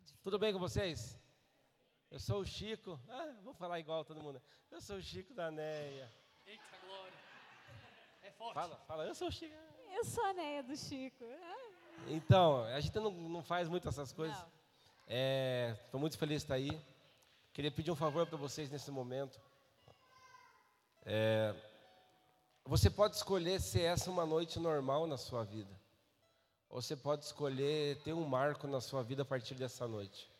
Tudo bem com vocês? Eu sou o Chico. Vou falar igual todo mundo. Eu sou o Chico da Neia. Eita, glória. É forte. Fala, eu sou o Chico. Eu sou a Neia do Chico. Então, a gente não faz muito essas coisas. Não. Estou muito feliz de estar aí. Queria pedir um favor para vocês nesse momento. Você pode escolher se essa é uma noite normal na sua vida. Ou você pode escolher ter um marco na sua vida a partir dessa noite.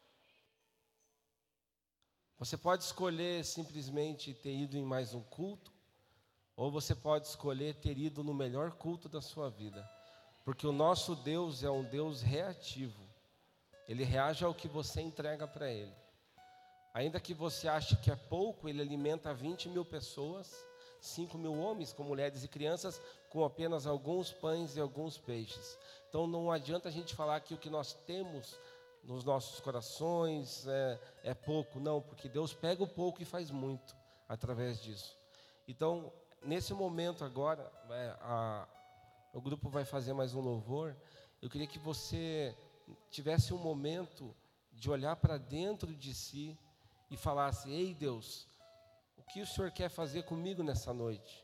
Você pode escolher simplesmente ter ido em mais um culto. Ou você pode escolher ter ido no melhor culto da sua vida. Porque o nosso Deus é um Deus reativo. Ele reage ao que você entrega para Ele. Ainda que você ache que é pouco, Ele alimenta 20 mil pessoas, 5 mil homens, com mulheres e crianças, com apenas alguns pães e alguns peixes. Então não adianta a gente falar que o que nós temos nos nossos corações é pouco, não, porque Deus pega o pouco e faz muito através disso. Então, nesse momento agora, o grupo vai fazer mais um louvor. Eu queria que você tivesse um momento de olhar para dentro de si e falasse: ei Deus, o que o Senhor quer fazer comigo nessa noite?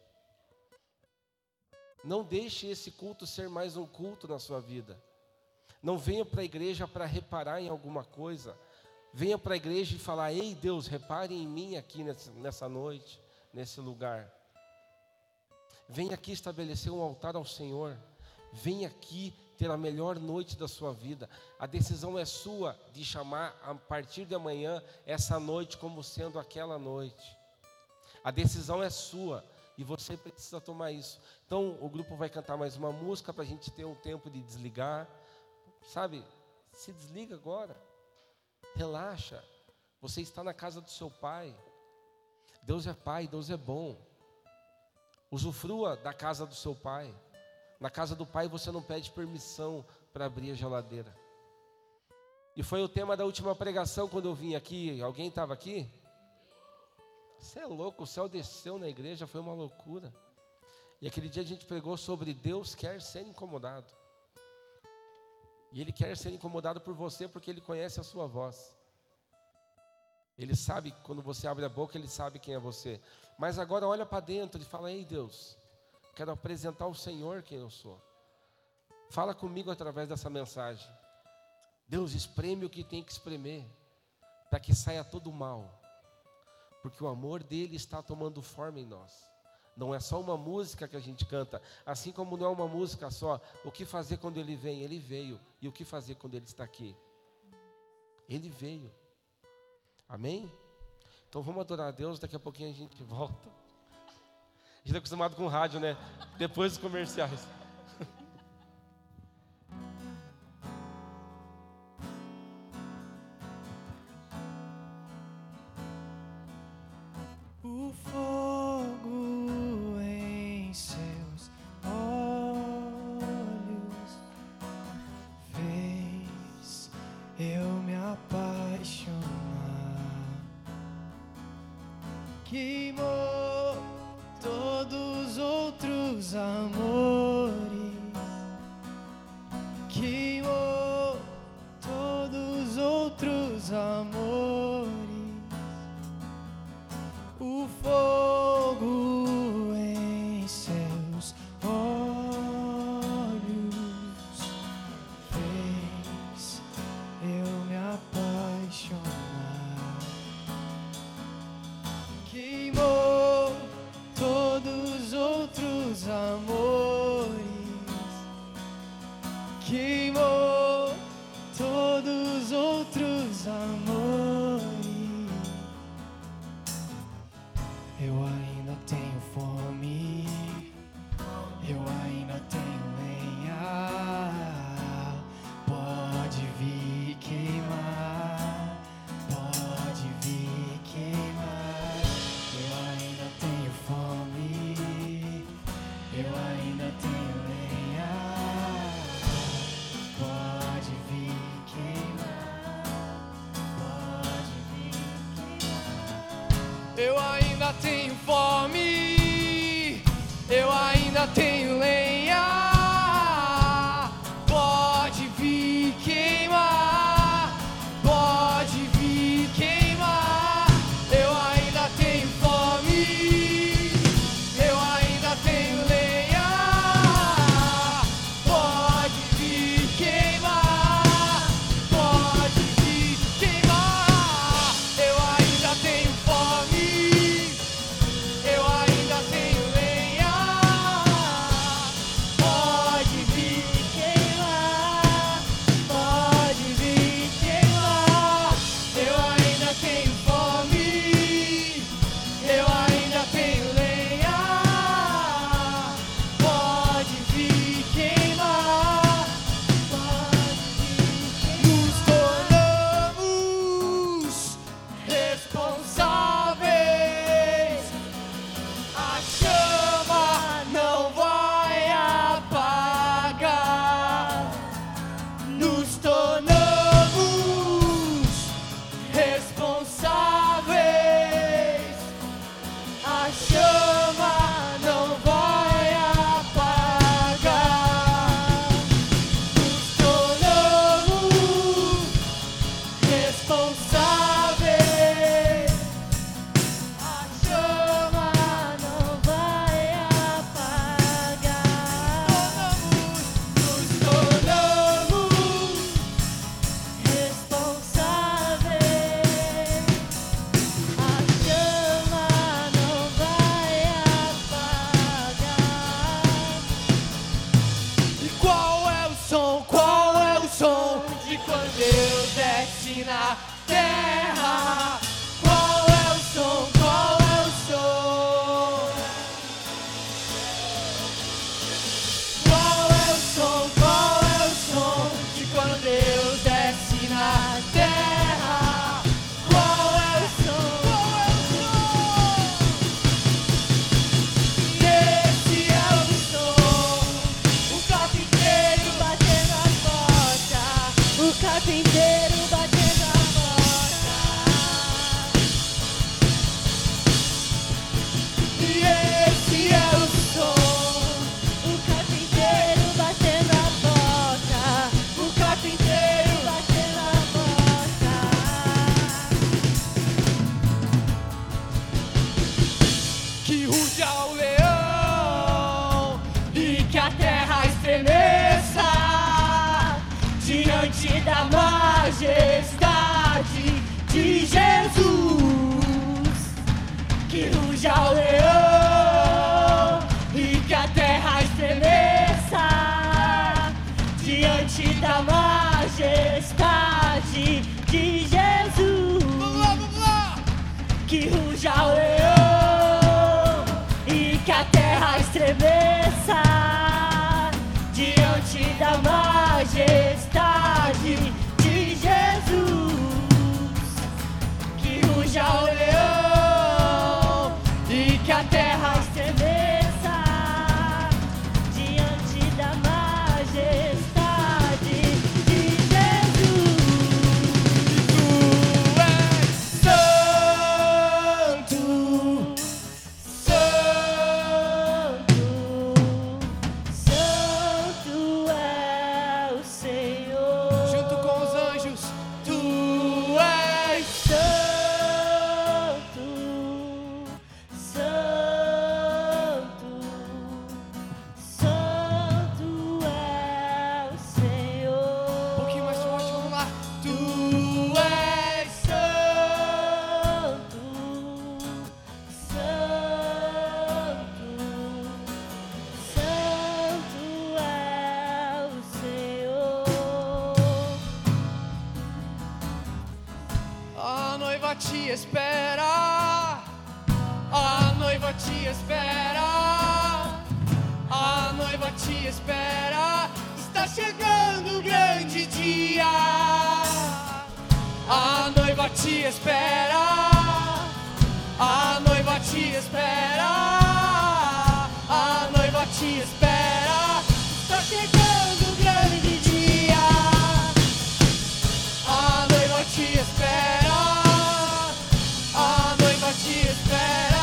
Não deixe esse culto ser mais um culto na sua vida. Não venha para a igreja para reparar em alguma coisa. Venha para a igreja e falar: ei Deus, repare em mim aqui nessa noite, nesse lugar. Venha aqui estabelecer um altar ao Senhor. Venha aqui ter a melhor noite da sua vida. A decisão é sua de chamar a partir de amanhã essa noite como sendo aquela noite. A decisão é sua e você precisa tomar isso. Então o grupo vai cantar mais uma música para a gente ter um tempo de desligar. Sabe, se desliga agora. Relaxa. Você está na casa do seu Pai. Deus é Pai, Deus é bom. Usufrua da casa do seu Pai. Na casa do Pai você não pede permissão para abrir a geladeira. E foi o tema da última pregação quando eu vim aqui. Alguém estava aqui? Você é louco, o céu desceu na igreja, foi uma loucura. E aquele dia a gente pregou sobre Deus quer ser incomodado. E Ele quer ser incomodado por você porque Ele conhece a sua voz. Ele sabe, quando você abre a boca, Ele sabe quem é você. Mas agora olha para dentro e fala: ei Deus, quero apresentar ao Senhor quem eu sou. Fala comigo através dessa mensagem. Deus, espreme o que tem que espremer, para que saia todo o mal. Porque o amor dele está tomando forma em nós. Não é só uma música que a gente canta. Assim como não é uma música só. O que fazer quando ele vem? Ele veio. E o que fazer quando ele está aqui? Ele veio. Amém? Então vamos adorar a Deus. Daqui a pouquinho a gente volta. A gente está acostumado com rádio, né? Depois dos comerciais. O fogo em seus olhos fez eu me apaixonar. Queimou todos os outros amores, queimou todos os outros amores. O fogo em seus olhos fez eu me apaixonar. Queimou todos os outros amores, queimou todos os outros amores. Eu ainda tenho fome, eu ainda tenho lenha. Pode vir queimar, pode vir queimar. Eu ainda tenho fome, eu ainda tenho lenha. Pode vir queimar, pode vir queimar. Eu ainda tenho fome, eu ainda tenho lenha. Pode vir queimar, Deus desce na terra, qual é o som, qual é o som? Qual é o som, qual é o som de quando Deus desce na terra? Qual é o som, qual é o som? Esse é o som, o carpinteiro batendo a porta, o carpinteiro batendo a porta. E esse é o som, o carpinteiro batendo a porta, o carpinteiro batendo a porta. Que ruja o leão e que a terra estremeça diante da majestade de Jesus. Que ruja o leão e que a terra estremeça diante da majestade de Jesus. Vamos lá! Que ruja o leão e que a terra estremeça diante da majestade de Jesus. Que ruja o leão e que a terra estremeça diante da majestade de Jesus. Tu és santo, santo, santo é o Senhor. Junto com os anjos, tu és santo, santo, santo é o Senhor. Um pouquinho mais forte, vamos lá. Tu és santo, santo, santo é o Senhor. A noiva te espera, a noiva te espera, a noiva te espera. Está chegando o grande dia. A noiva te espera, a noiva te espera, a noiva te espera. Está chegando o grande dia. A noiva te espera, a noiva te espera,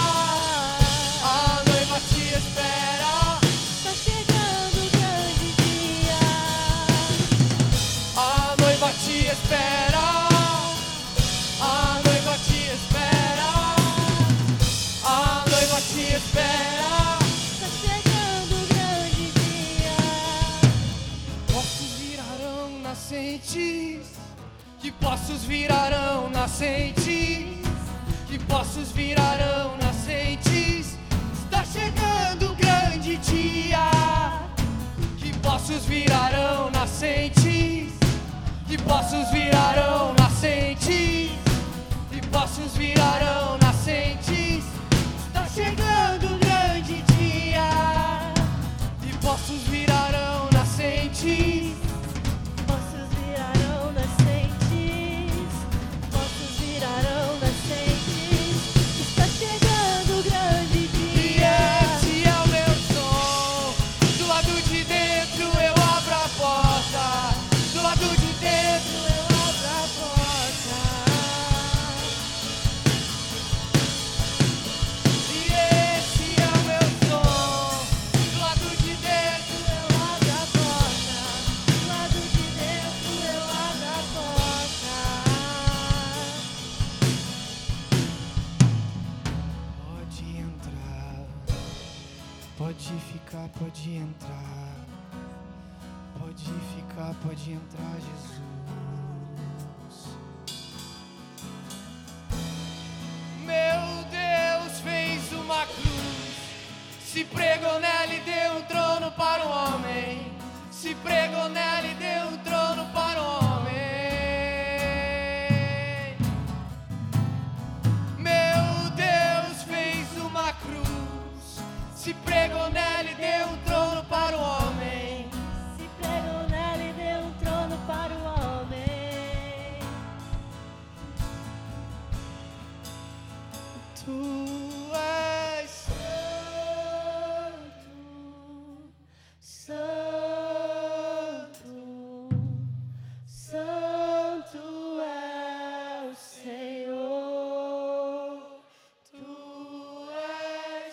a noiva te espera. Está chegando o grande dia. A noiva te espera, a noiva te espera, a noiva te espera. Está chegando o grande dia. Poços virarão nascentes, que poços virarão nascentes, que poços virarão nascentes. Está chegando o grande dia. Que poços virarão nascentes, que poços virarão nascentes, que poços virarão nascentes. Está chegando o grande dia. Que poços virarão nascentes, poços virarão nascentes, poços virarão nascentes. Está chegando o grande dia. E esse é o meu som. Do lado de dentro eu abro a porta, do lado de dentro eu abro a porta. E esse é o meu som. Do lado de dentro eu abro a porta, do lado de dentro eu abro a porta. Pode entrar, pode ficar, pode entrar, pode ficar, pode entrar, Jesus. Meu Deus fez uma cruz, se pregou nela e deu um trono para o homem, se pregou nela e deu um trono para o homem. Tu és santo, santo, santo é o Senhor. Tu és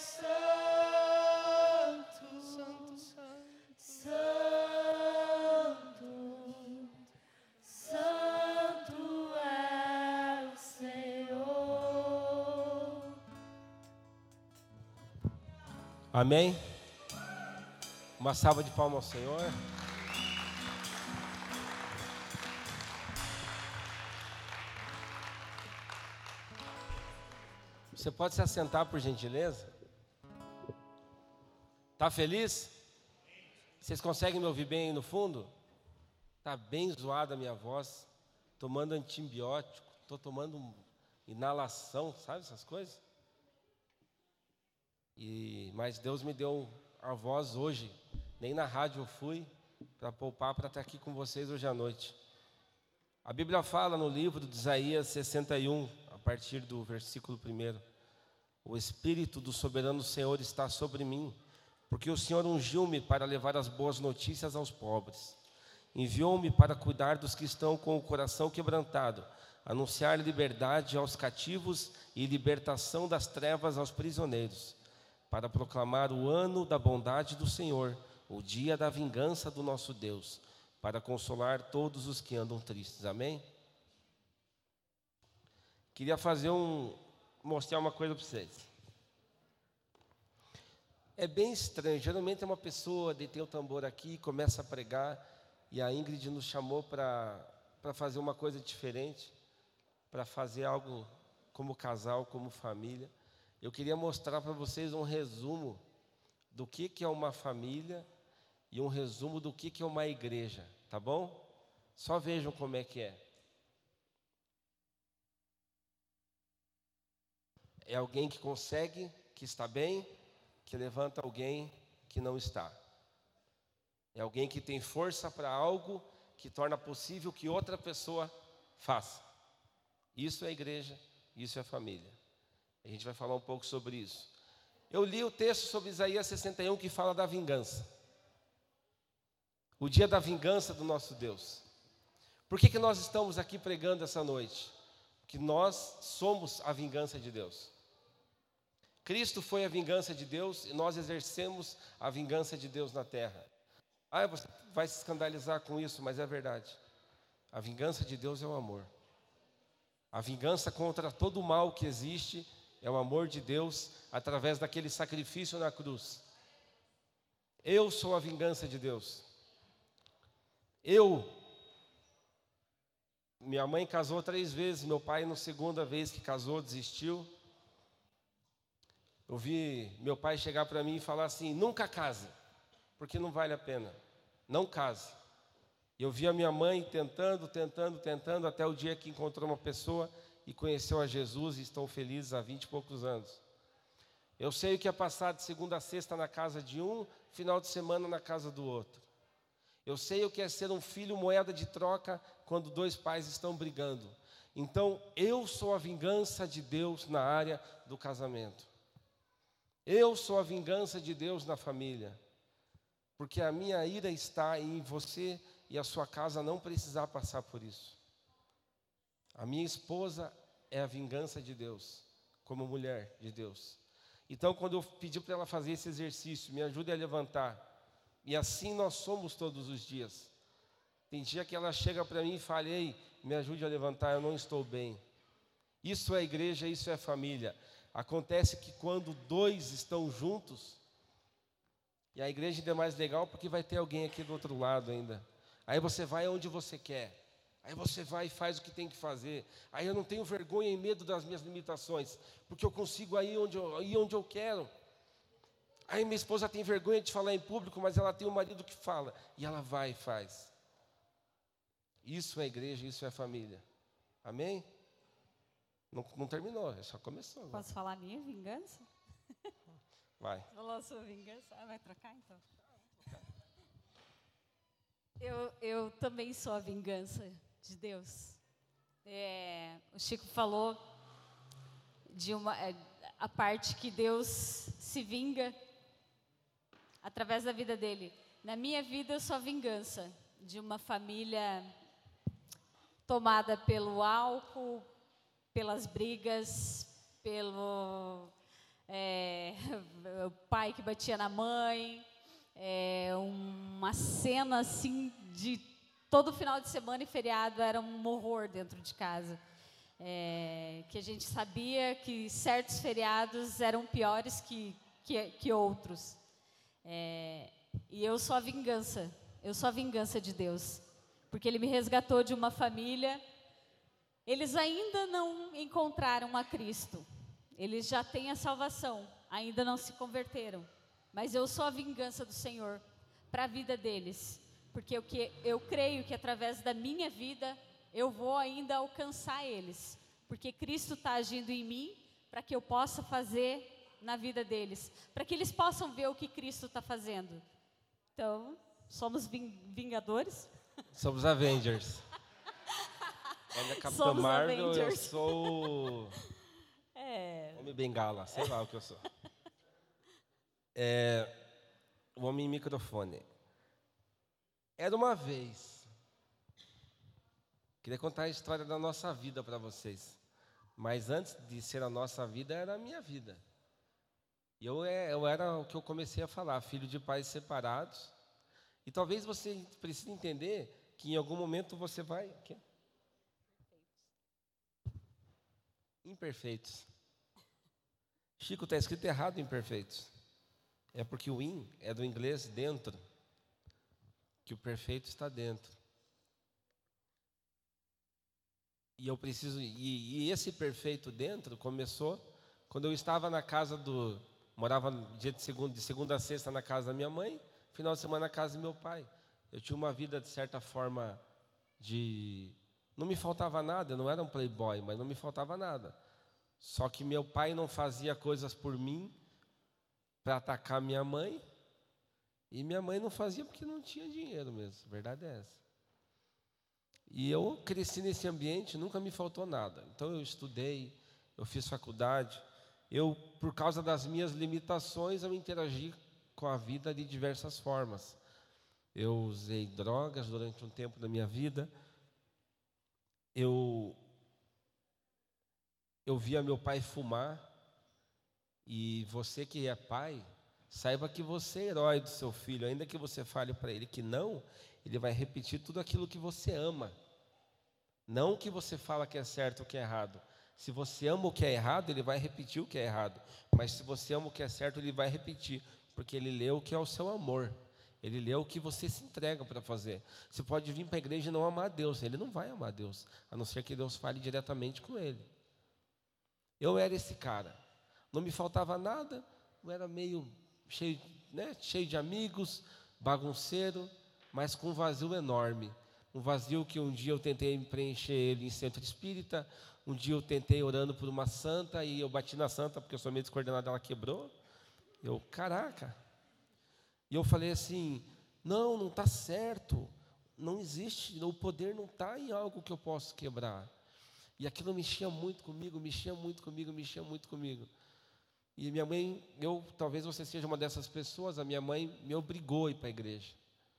santo, santo, santo, santo é o Senhor. Amém? Uma salva de palmas ao Senhor. Você pode se assentar, por gentileza? Tá feliz? Vocês conseguem me ouvir bem aí no fundo? Tá bem zoada a minha voz. Tomando antibiótico, estou tomando inalação, sabe essas coisas? Mas Deus me deu a voz hoje. Nem na rádio eu fui para poupar para estar aqui com vocês hoje à noite. A Bíblia fala no livro de Isaías 61, a partir do versículo 1. O Espírito do soberano Senhor está sobre mim, porque o Senhor ungiu-me para levar as boas notícias aos pobres. Enviou-me para cuidar dos que estão com o coração quebrantado, anunciar liberdade aos cativos e libertação das trevas aos prisioneiros, para proclamar o ano da bondade do Senhor, o dia da vingança do nosso Deus, para consolar todos os que andam tristes. Amém? Queria mostrar uma coisa para vocês. É bem estranho, geralmente é uma pessoa detém o tambor aqui, começa a pregar, e a Ingrid nos chamou para fazer uma coisa diferente, para fazer algo como casal, como família. Eu queria mostrar para vocês um resumo do que é uma família e um resumo do que é uma igreja, tá bom? Só vejam como é que é. É alguém que consegue, que está bem, que levanta alguém que não está. É alguém que tem força para algo que torna possível que outra pessoa faça. Isso é igreja, isso é família. A gente vai falar um pouco sobre isso. Eu li o texto sobre Isaías 61 que fala da vingança. O dia da vingança do nosso Deus. Por que nós estamos aqui pregando essa noite? Porque nós somos a vingança de Deus. Cristo foi a vingança de Deus e nós exercemos a vingança de Deus na terra. Você vai se escandalizar com isso, mas é verdade. A vingança de Deus é o amor. A vingança contra todo o mal que existe é o amor de Deus através daquele sacrifício na cruz. Eu sou a vingança de Deus. Minha mãe casou 3 vezes, meu pai na segunda vez que casou desistiu. Eu vi meu pai chegar para mim e falar assim: nunca case, porque não vale a pena, não case. Eu vi a minha mãe tentando, até o dia que encontrou uma pessoa e conheceu a Jesus e estão felizes há 20 e poucos anos. Eu sei o que é passar de segunda a sexta na casa de um, final de semana na casa do outro. Eu sei o que é ser um filho moeda de troca quando 2 pais estão brigando. Então, eu sou a vingança de Deus na área do casamento. Eu sou a vingança de Deus na família. Porque a minha ira está em você e a sua casa não precisar passar por isso. A minha esposa é a vingança de Deus, como mulher de Deus. Então, quando eu pedi para ela fazer esse exercício, me ajude a levantar. E assim nós somos todos os dias. Tem dia que ela chega para mim e fala: ei, me ajude a levantar, eu não estou bem. Isso é igreja, isso é família. Acontece que quando 2 estão juntos, e a igreja ainda é mais legal porque vai ter alguém aqui do outro lado ainda. Aí você vai onde você quer. Aí você vai e faz o que tem que fazer. Aí eu não tenho vergonha e medo das minhas limitações, porque eu consigo ir onde eu quero. Aí minha esposa tem vergonha de falar em público, mas ela tem um marido que fala. E ela vai e faz. Isso é igreja, isso é família. Amém? Não terminou, só começou. Posso falar minha vingança? Vai. Falou a sua vingança? Vai trocar então? Eu também sou a vingança de Deus. O Chico falou de a parte que Deus se vinga através da vida dele. Na minha vida eu sou a vingança de uma família tomada pelo álcool, pelas brigas, pelo o pai que batia na mãe, uma cena assim de todo final de semana e feriado era um horror dentro de casa. Que a gente sabia que certos feriados eram piores que outros. E eu sou a vingança de Deus, porque Ele me resgatou de uma família. Eles ainda não encontraram a Cristo, eles já têm a salvação, ainda não se converteram, mas eu sou a vingança do Senhor para a vida deles, porque eu creio que através da minha vida eu vou ainda alcançar eles, porque Cristo está agindo em mim para que eu possa fazer na vida deles, para que eles possam ver o que Cristo está fazendo. Então, somos vingadores? Somos Avengers. Olha, Capitão Somos Marvel, Avengers. eu sou Homem Bengala, sei lá o que eu sou. O Homem Microfone. Era uma vez. Queria contar a história da nossa vida para vocês. Mas antes de ser a nossa vida, era a minha vida. E eu era o que eu comecei a falar, filho de pais separados. E talvez você precise entender que em algum momento você vai... Aqui. Imperfeitos. Chico, está escrito errado imperfeitos. É porque o in é do inglês dentro, que o perfeito está dentro. E eu preciso, e esse perfeito dentro começou quando eu estava na casa morava dia de segunda a sexta na casa da minha mãe, final de semana na casa do meu pai. Eu tinha uma vida de certa forma não me faltava nada, eu não era um playboy, mas não me faltava nada. Só que meu pai não fazia coisas por mim para atacar minha mãe, e minha mãe não fazia porque não tinha dinheiro mesmo, a verdade é essa. E eu cresci nesse ambiente, nunca me faltou nada. Então eu estudei, eu fiz faculdade, por causa das minhas limitações, eu interagi com a vida de diversas formas. Eu usei drogas durante um tempo da minha vida. Eu via meu pai fumar, e você que é pai, saiba que você é herói do seu filho, ainda que você fale para ele que não, ele vai repetir tudo aquilo que você ama. Não o que você fala que é certo ou que é errado. Se você ama o que é errado, ele vai repetir o que é errado. Mas se você ama o que é certo, ele vai repetir, porque ele lê o que é o seu amor. Ele lê o que você se entrega para fazer. Você pode vir para a igreja e não amar a Deus. Ele não vai amar a Deus, a não ser que Deus fale diretamente com ele. Eu era esse cara. Não me faltava nada. Eu era meio cheio de amigos, bagunceiro, mas com um vazio enorme. Um vazio que um dia eu tentei preencher ele em centro espírita. Um dia eu tentei orando por uma santa e eu bati na santa porque eu sou meio descoordenado, ela quebrou. Caraca. E eu falei assim, não está certo. Não existe, o poder não está em algo que eu posso quebrar. E aquilo mexia muito comigo. E minha mãe, talvez você seja uma dessas pessoas, a minha mãe me obrigou a ir para a igreja.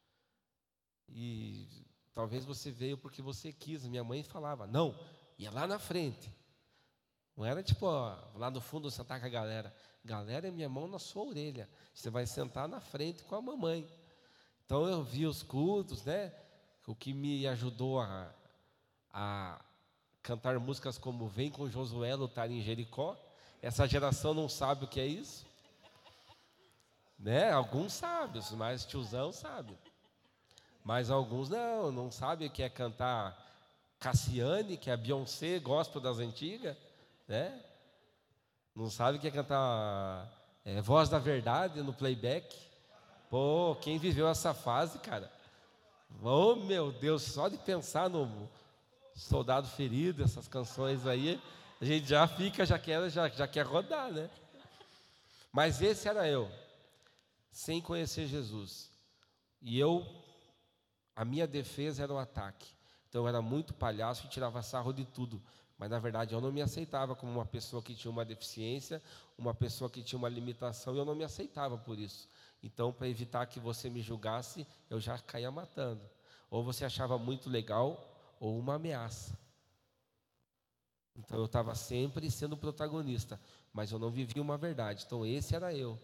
E talvez você veio porque você quis. Minha mãe falava, não, ia lá na frente. Não era tipo, lá no fundo sentar com a galera. Galera é minha mão na sua orelha. Você vai sentar na frente com a mamãe. Então eu vi os cultos, né? O que me ajudou a cantar músicas como Vem com Josué lutar em Jericó. Essa geração não sabe o que é isso, né? Alguns sabem, os mais tiozão sabem, mas alguns não sabem o que é cantar Cassiane, que é a Beyoncé, gospel das antigas, né? Não sabe o que é cantar Voz da Verdade no playback. Pô, quem viveu essa fase, cara? Oh, meu Deus, só de pensar no Soldado Ferido, essas canções aí, a gente já quer rodar, né? Mas esse era eu, sem conhecer Jesus. E a minha defesa era o ataque. Então eu era muito palhaço e tirava sarro de tudo. Mas, na verdade, eu não me aceitava como uma pessoa que tinha uma deficiência, uma pessoa que tinha uma limitação, e eu não me aceitava por isso. Então, para evitar que você me julgasse, eu já caía matando. Ou você achava muito legal, ou uma ameaça. Então, eu estava sempre sendo protagonista, mas eu não vivia uma verdade. Então, esse era eu.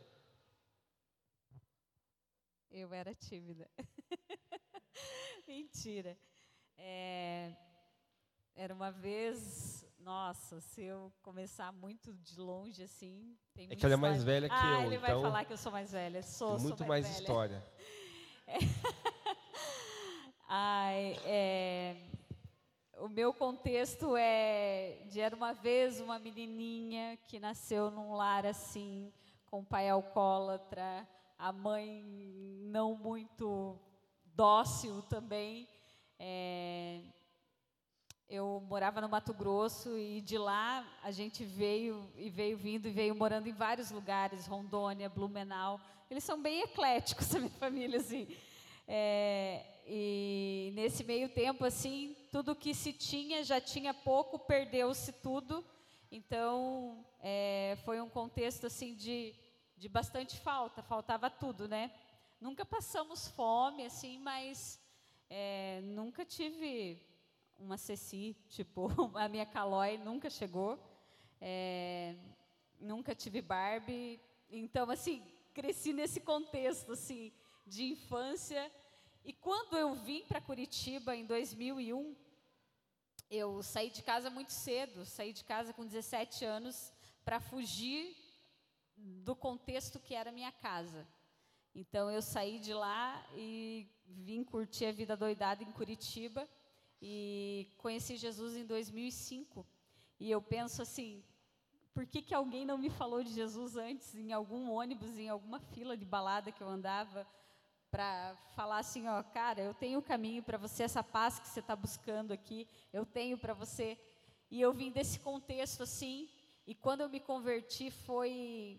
Eu era tímida. Mentira. Era uma vez, nossa, se eu começar muito de longe assim, tem muita É que ela é mais história. velha que eu, Ele então vai falar que eu sou mais velha. Sou muito mais mais velha. história. O meu contexto era uma vez uma menininha que nasceu num lar assim, com o pai alcoólatra, a mãe não muito dócil também. Eu morava no Mato Grosso e de lá a gente veio morando em vários lugares, Rondônia, Blumenau. Eles são bem ecléticos, a minha família, assim. E nesse meio tempo, assim, tudo que se tinha, já tinha pouco, perdeu-se tudo. Então, foi um contexto, assim, de bastante faltava tudo, né? Nunca passamos fome, assim, mas nunca tive uma Ceci, tipo, a minha Calói nunca chegou. Nunca tive Barbie. Então, assim, cresci nesse contexto, assim, de infância. E quando eu vim para Curitiba, em 2001, eu saí de casa muito cedo, saí de casa com 17 anos, para fugir do contexto que era a minha casa. Então, eu saí de lá e vim curtir a vida doidada em Curitiba, e conheci Jesus em 2005. E eu penso assim, por que alguém não me falou de Jesus antes, em algum ônibus, em alguma fila de balada que eu andava, para falar assim, ó, cara, eu tenho o caminho para você, essa paz que você está buscando aqui, eu tenho para você. E eu vim desse contexto assim, e quando eu me converti foi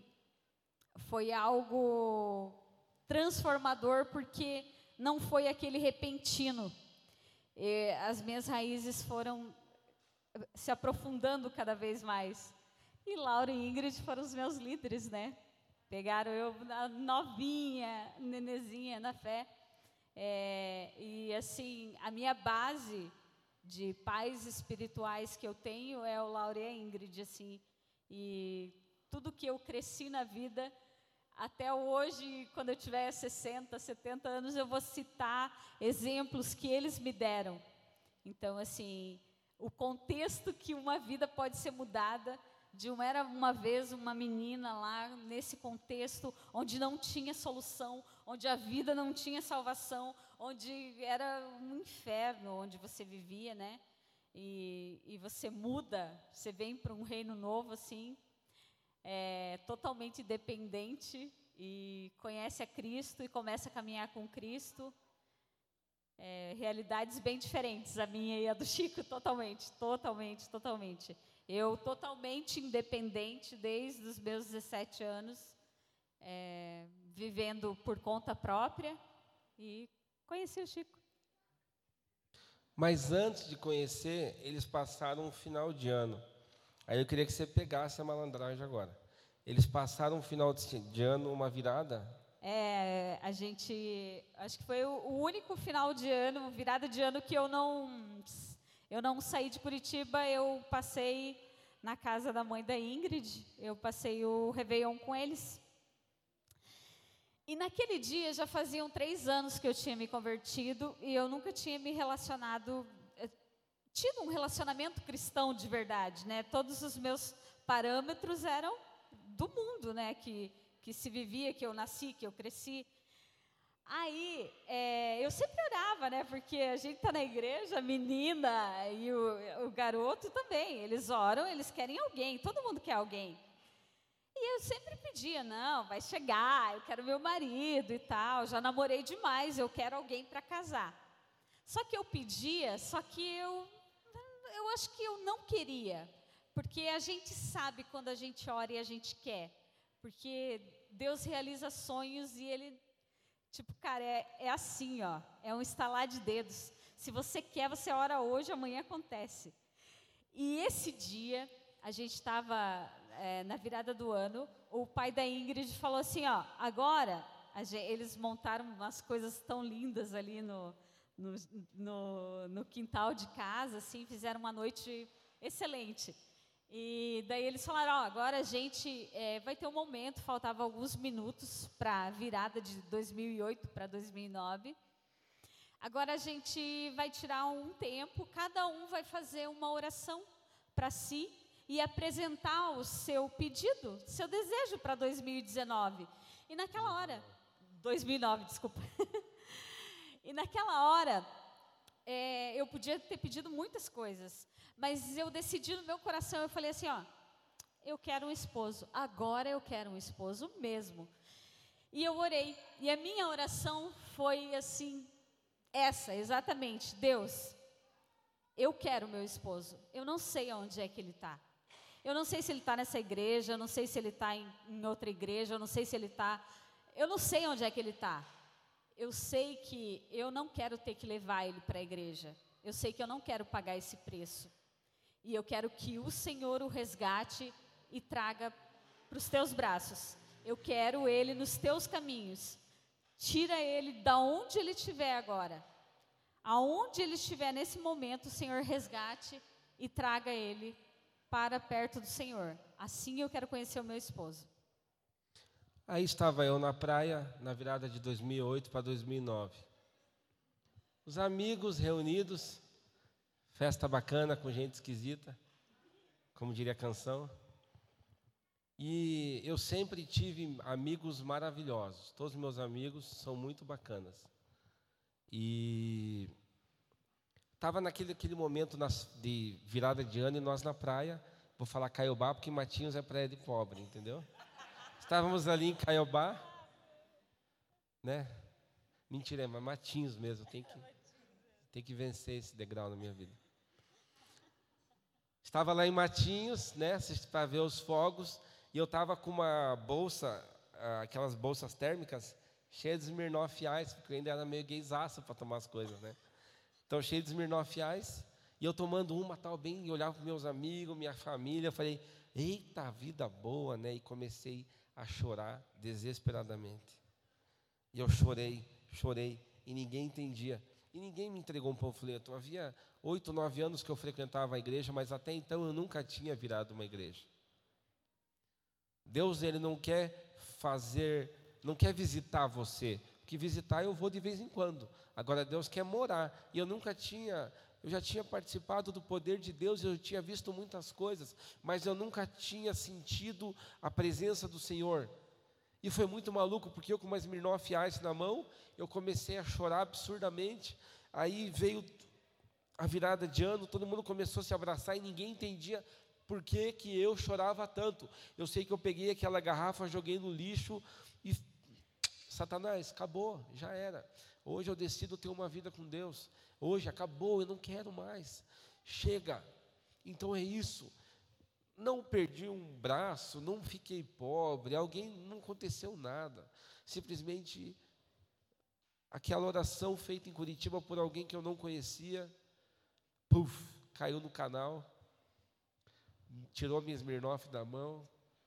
algo transformador, porque não foi aquele repentino. As minhas raízes foram se aprofundando cada vez mais. E Laura e Ingrid foram os meus líderes, né? Pegaram eu novinha, nenezinha na fé. E assim, a minha base de pais espirituais que eu tenho é o Laura e a Ingrid, assim. E tudo que eu cresci na vida, até hoje, quando eu tiver 60, 70 anos, eu vou citar exemplos que eles me deram. Então, assim, o contexto que uma vida pode ser mudada, era uma vez uma menina lá, nesse contexto, onde não tinha solução, onde a vida não tinha salvação, onde era um inferno, onde você vivia, né? E você muda, você vem para um reino novo, assim, totalmente dependente, e conhece a Cristo e começa a caminhar com Cristo. Realidades bem diferentes, a minha e a do Chico, totalmente. Eu totalmente independente desde os meus 17 anos, vivendo por conta própria, e conheci o Chico. Mas antes de conhecer, eles passaram um final de ano. Aí eu queria que você pegasse a malandragem agora. Eles passaram um final de ano, uma virada? Acho que foi o único final de ano, virada de ano, que eu não saí de Curitiba. Eu passei na casa da mãe da Ingrid, eu passei o Réveillon com eles. E naquele dia já faziam 3 anos que eu tinha me convertido, e eu nunca tinha me tido um relacionamento cristão de verdade, né? Todos os meus parâmetros eram do mundo, né? Que se vivia, que eu nasci, que eu cresci. Aí, eu sempre orava, né? Porque a gente está na igreja, a menina e o garoto também. Eles oram, eles querem alguém, todo mundo quer alguém. E eu sempre pedia, não, vai chegar, eu quero meu marido e tal, já namorei demais, eu quero alguém para casar. Só que eu pedia, eu acho que eu não queria, porque a gente sabe quando a gente ora e a gente quer, porque Deus realiza sonhos e Ele, tipo, cara, é assim, ó, é um estalar de dedos. Se você quer, você ora hoje, amanhã acontece. E esse dia, a gente estava na virada do ano, o pai da Ingrid falou assim, ó, agora, eles montaram umas coisas tão lindas ali no quintal de casa, assim, fizeram uma noite excelente. E daí eles falaram, ó, agora a gente vai ter um momento, faltava alguns minutos para a virada de 2008 para 2009. Agora a gente vai tirar um tempo, cada um vai fazer uma oração para si e apresentar o seu pedido, seu desejo para 2019. E naquela hora, 2009, desculpa. E naquela hora, eu podia ter pedido muitas coisas, mas eu decidi no meu coração, eu falei assim, ó, eu quero um esposo, agora eu quero um esposo mesmo. E eu orei, e a minha oração foi assim, essa, exatamente, Deus, eu quero meu esposo, eu não sei onde é que ele está. Eu não sei se ele está nessa igreja, eu não sei se ele está em outra igreja, eu não sei se ele está... Eu não sei onde é que ele está. Eu sei que eu não quero ter que levar ele para a igreja. Eu sei que eu não quero pagar esse preço. E eu quero que o Senhor o resgate e traga para os teus braços. Eu quero ele nos teus caminhos. Tira ele da onde ele estiver agora. Aonde ele estiver nesse momento, o Senhor resgate e traga ele para perto do Senhor. Assim eu quero conhecer o meu esposo. Aí estava eu na praia, na virada de 2008 para 2009. Os amigos reunidos, festa bacana com gente esquisita, como diria a canção. E eu sempre tive amigos maravilhosos. Todos os meus amigos são muito bacanas. E estava naquele momento de virada de ano e nós na praia, vou falar Caiobá porque Matinhos é praia de pobre, entendeu? Estávamos ali em Caiobá, né? Mentira, mas Matinhos mesmo, tem que vencer esse degrau na minha vida. Estava lá em Matinhos, né, para ver os fogos, e eu estava com uma bolsa, aquelas bolsas térmicas, cheia de Smirnoff Ice, porque eu ainda era meio gaysaço para tomar as coisas, né? Então, cheio de Smirnoff Ice, e eu tomando uma tal bem, e olhava para meus amigos, minha família, eu falei, eita, vida boa, né? E comecei a chorar desesperadamente. E eu chorei, e ninguém entendia. E ninguém me entregou um panfleto. Havia 8, 9 anos que eu frequentava a igreja, mas até então eu nunca tinha virado uma igreja. Deus, Ele não quer visitar você. Que visitar eu vou de vez em quando. Agora Deus quer morar. E eu já tinha participado do poder de Deus, eu tinha visto muitas coisas, mas eu nunca tinha sentido a presença do Senhor. E foi muito maluco, porque eu com uma Smirnoff Ice na mão, eu comecei a chorar absurdamente. Aí veio a virada de ano, todo mundo começou a se abraçar e ninguém entendia por que eu chorava tanto. Eu sei que eu peguei aquela garrafa, joguei no lixo e Satanás, acabou, já era. Hoje eu decido ter uma vida com Deus. Hoje acabou, eu não quero mais. Chega. Então é isso. Não perdi um braço, não fiquei pobre, não aconteceu nada. Simplesmente aquela oração feita em Curitiba por alguém que eu não conhecia, caiu no canal, tirou minha Smirnoff da mão.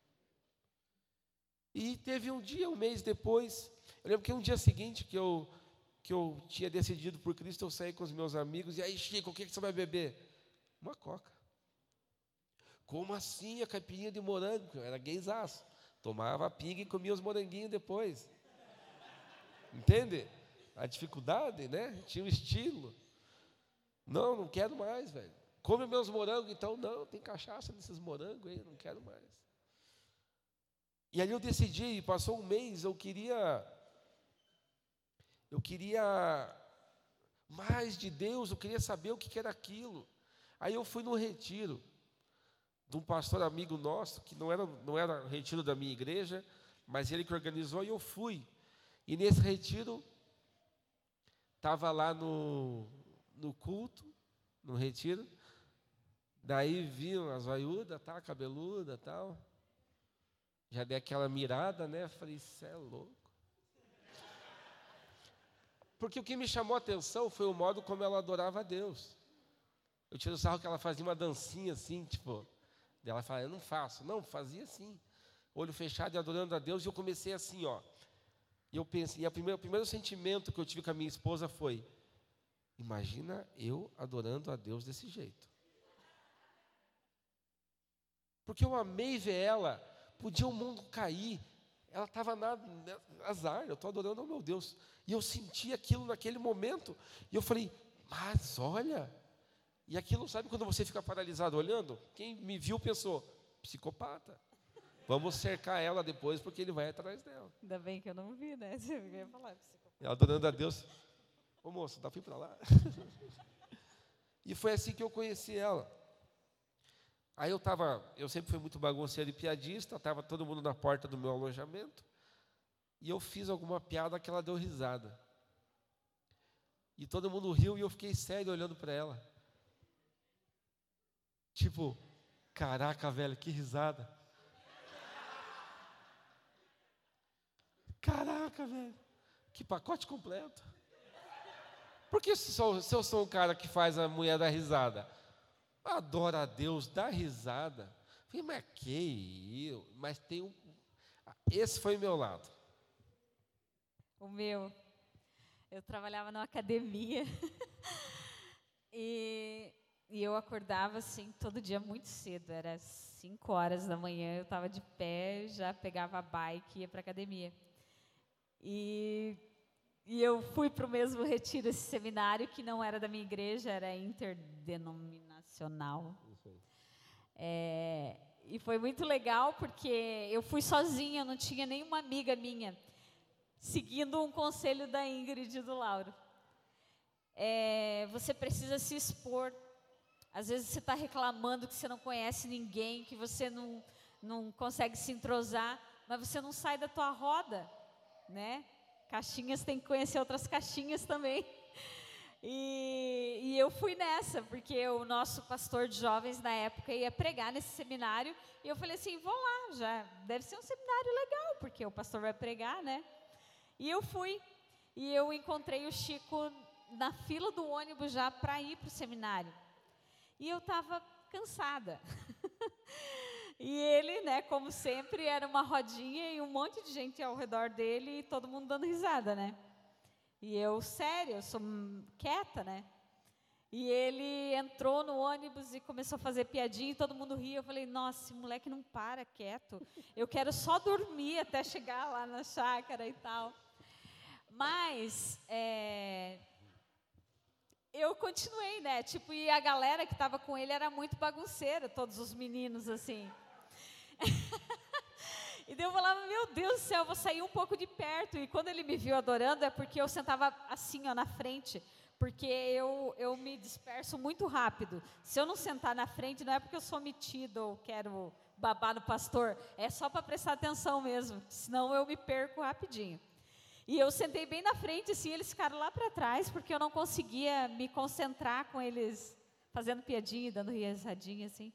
E teve um dia, um mês depois, eu lembro que um dia seguinte que eu tinha decidido por Cristo, eu saí com os meus amigos, e aí, Chico, o que você vai beber? Uma Coca. Como assim a caipirinha de morango? Eu era gaysaço. Tomava pinga e comia os moranguinhos depois. Entende? A dificuldade, né? Tinha um estilo. Não quero mais, velho. Come meus morangos, então. Não, tem cachaça nesses morangos aí, não quero mais. E ali eu decidi, passou um mês, eu queria mais de Deus, eu queria saber o que era aquilo. Aí eu fui no retiro de um pastor amigo nosso, que não era retiro da minha igreja, mas ele que organizou, e eu fui. E nesse retiro, estava lá no culto, no retiro, daí viam as vaiudas, cabeluda, tal. Já dei aquela mirada, né? Falei, cê é louco. Porque o que me chamou a atenção foi o modo como ela adorava a Deus. Eu tirei o sarro que ela fazia uma dancinha assim, tipo. Daí ela fala, eu não faço. Não, fazia assim. Olho fechado e adorando a Deus. E eu comecei assim, ó. E eu pensei, o primeiro sentimento que eu tive com a minha esposa foi, imagina eu adorando a Deus desse jeito. Porque eu amei ver ela, podia o mundo cair, ela estava azar, eu estou adorando ao meu Deus. E eu senti aquilo naquele momento, e eu falei, mas olha, e aquilo, sabe quando você fica paralisado olhando? Quem me viu pensou, psicopata, vamos cercar ela depois, porque ele vai atrás dela. Ainda bem que eu não vi, né? Você ia falar psicopata. Ela adorando a Deus, ô moço, fui para lá. E foi assim que eu conheci ela. Aí eu sempre fui muito bagunceiro e piadista, estava todo mundo na porta do meu alojamento, e eu fiz alguma piada que ela deu risada. E todo mundo riu e eu fiquei sério olhando para ela. Tipo, caraca, velho, que risada. Caraca, velho, que pacote completo. Porque se eu sou o cara que faz a mulher dar risada, adora a Deus, dá risada. Falei, mas que eu? Mas tem um. Esse foi o meu lado. O meu, eu trabalhava numa academia e eu acordava assim todo dia muito cedo, era 5 horas da manhã, eu estava de pé, já pegava a bike e ia para a academia. E eu fui para o mesmo retiro, esse seminário, que não era da minha igreja, era interdenominacional. E foi muito legal, porque eu fui sozinha, não tinha nenhuma amiga minha, seguindo um conselho da Ingrid e do Lauro. Você precisa se expor. Às vezes você está reclamando que você não conhece ninguém, que você não consegue se entrosar, mas você não sai da tua roda, né? Caixinhas tem que conhecer outras caixinhas também. E eu fui nessa, porque o nosso pastor de jovens na época ia pregar nesse seminário, e eu falei assim, vou lá, já deve ser um seminário legal, porque o pastor vai pregar, né? E eu fui, e eu encontrei o Chico na fila do ônibus já para ir para o seminário. E eu estava cansada. E ele, né, como sempre, era uma rodinha e um monte de gente ao redor dele e todo mundo dando risada, né? E eu, sério, eu sou quieta, né? E ele entrou no ônibus e começou a fazer piadinha e todo mundo ria. Eu falei, nossa, esse moleque não para quieto. Eu quero só dormir até chegar lá na chácara e tal. Mas eu continuei, né? Tipo, e a galera que estava com ele era muito bagunceira, todos os meninos, assim. E daí eu falava, meu Deus do céu, eu vou sair um pouco de perto. E quando ele me viu adorando, é porque eu sentava assim, ó, na frente. Porque eu me disperso muito rápido. Se eu não sentar na frente, não é porque eu sou metida ou quero babar no pastor. É só para prestar atenção mesmo, senão eu me perco rapidinho. E eu sentei bem na frente, assim, eles ficaram lá para trás, porque eu não conseguia me concentrar com eles fazendo piadinha, dando risadinha, assim.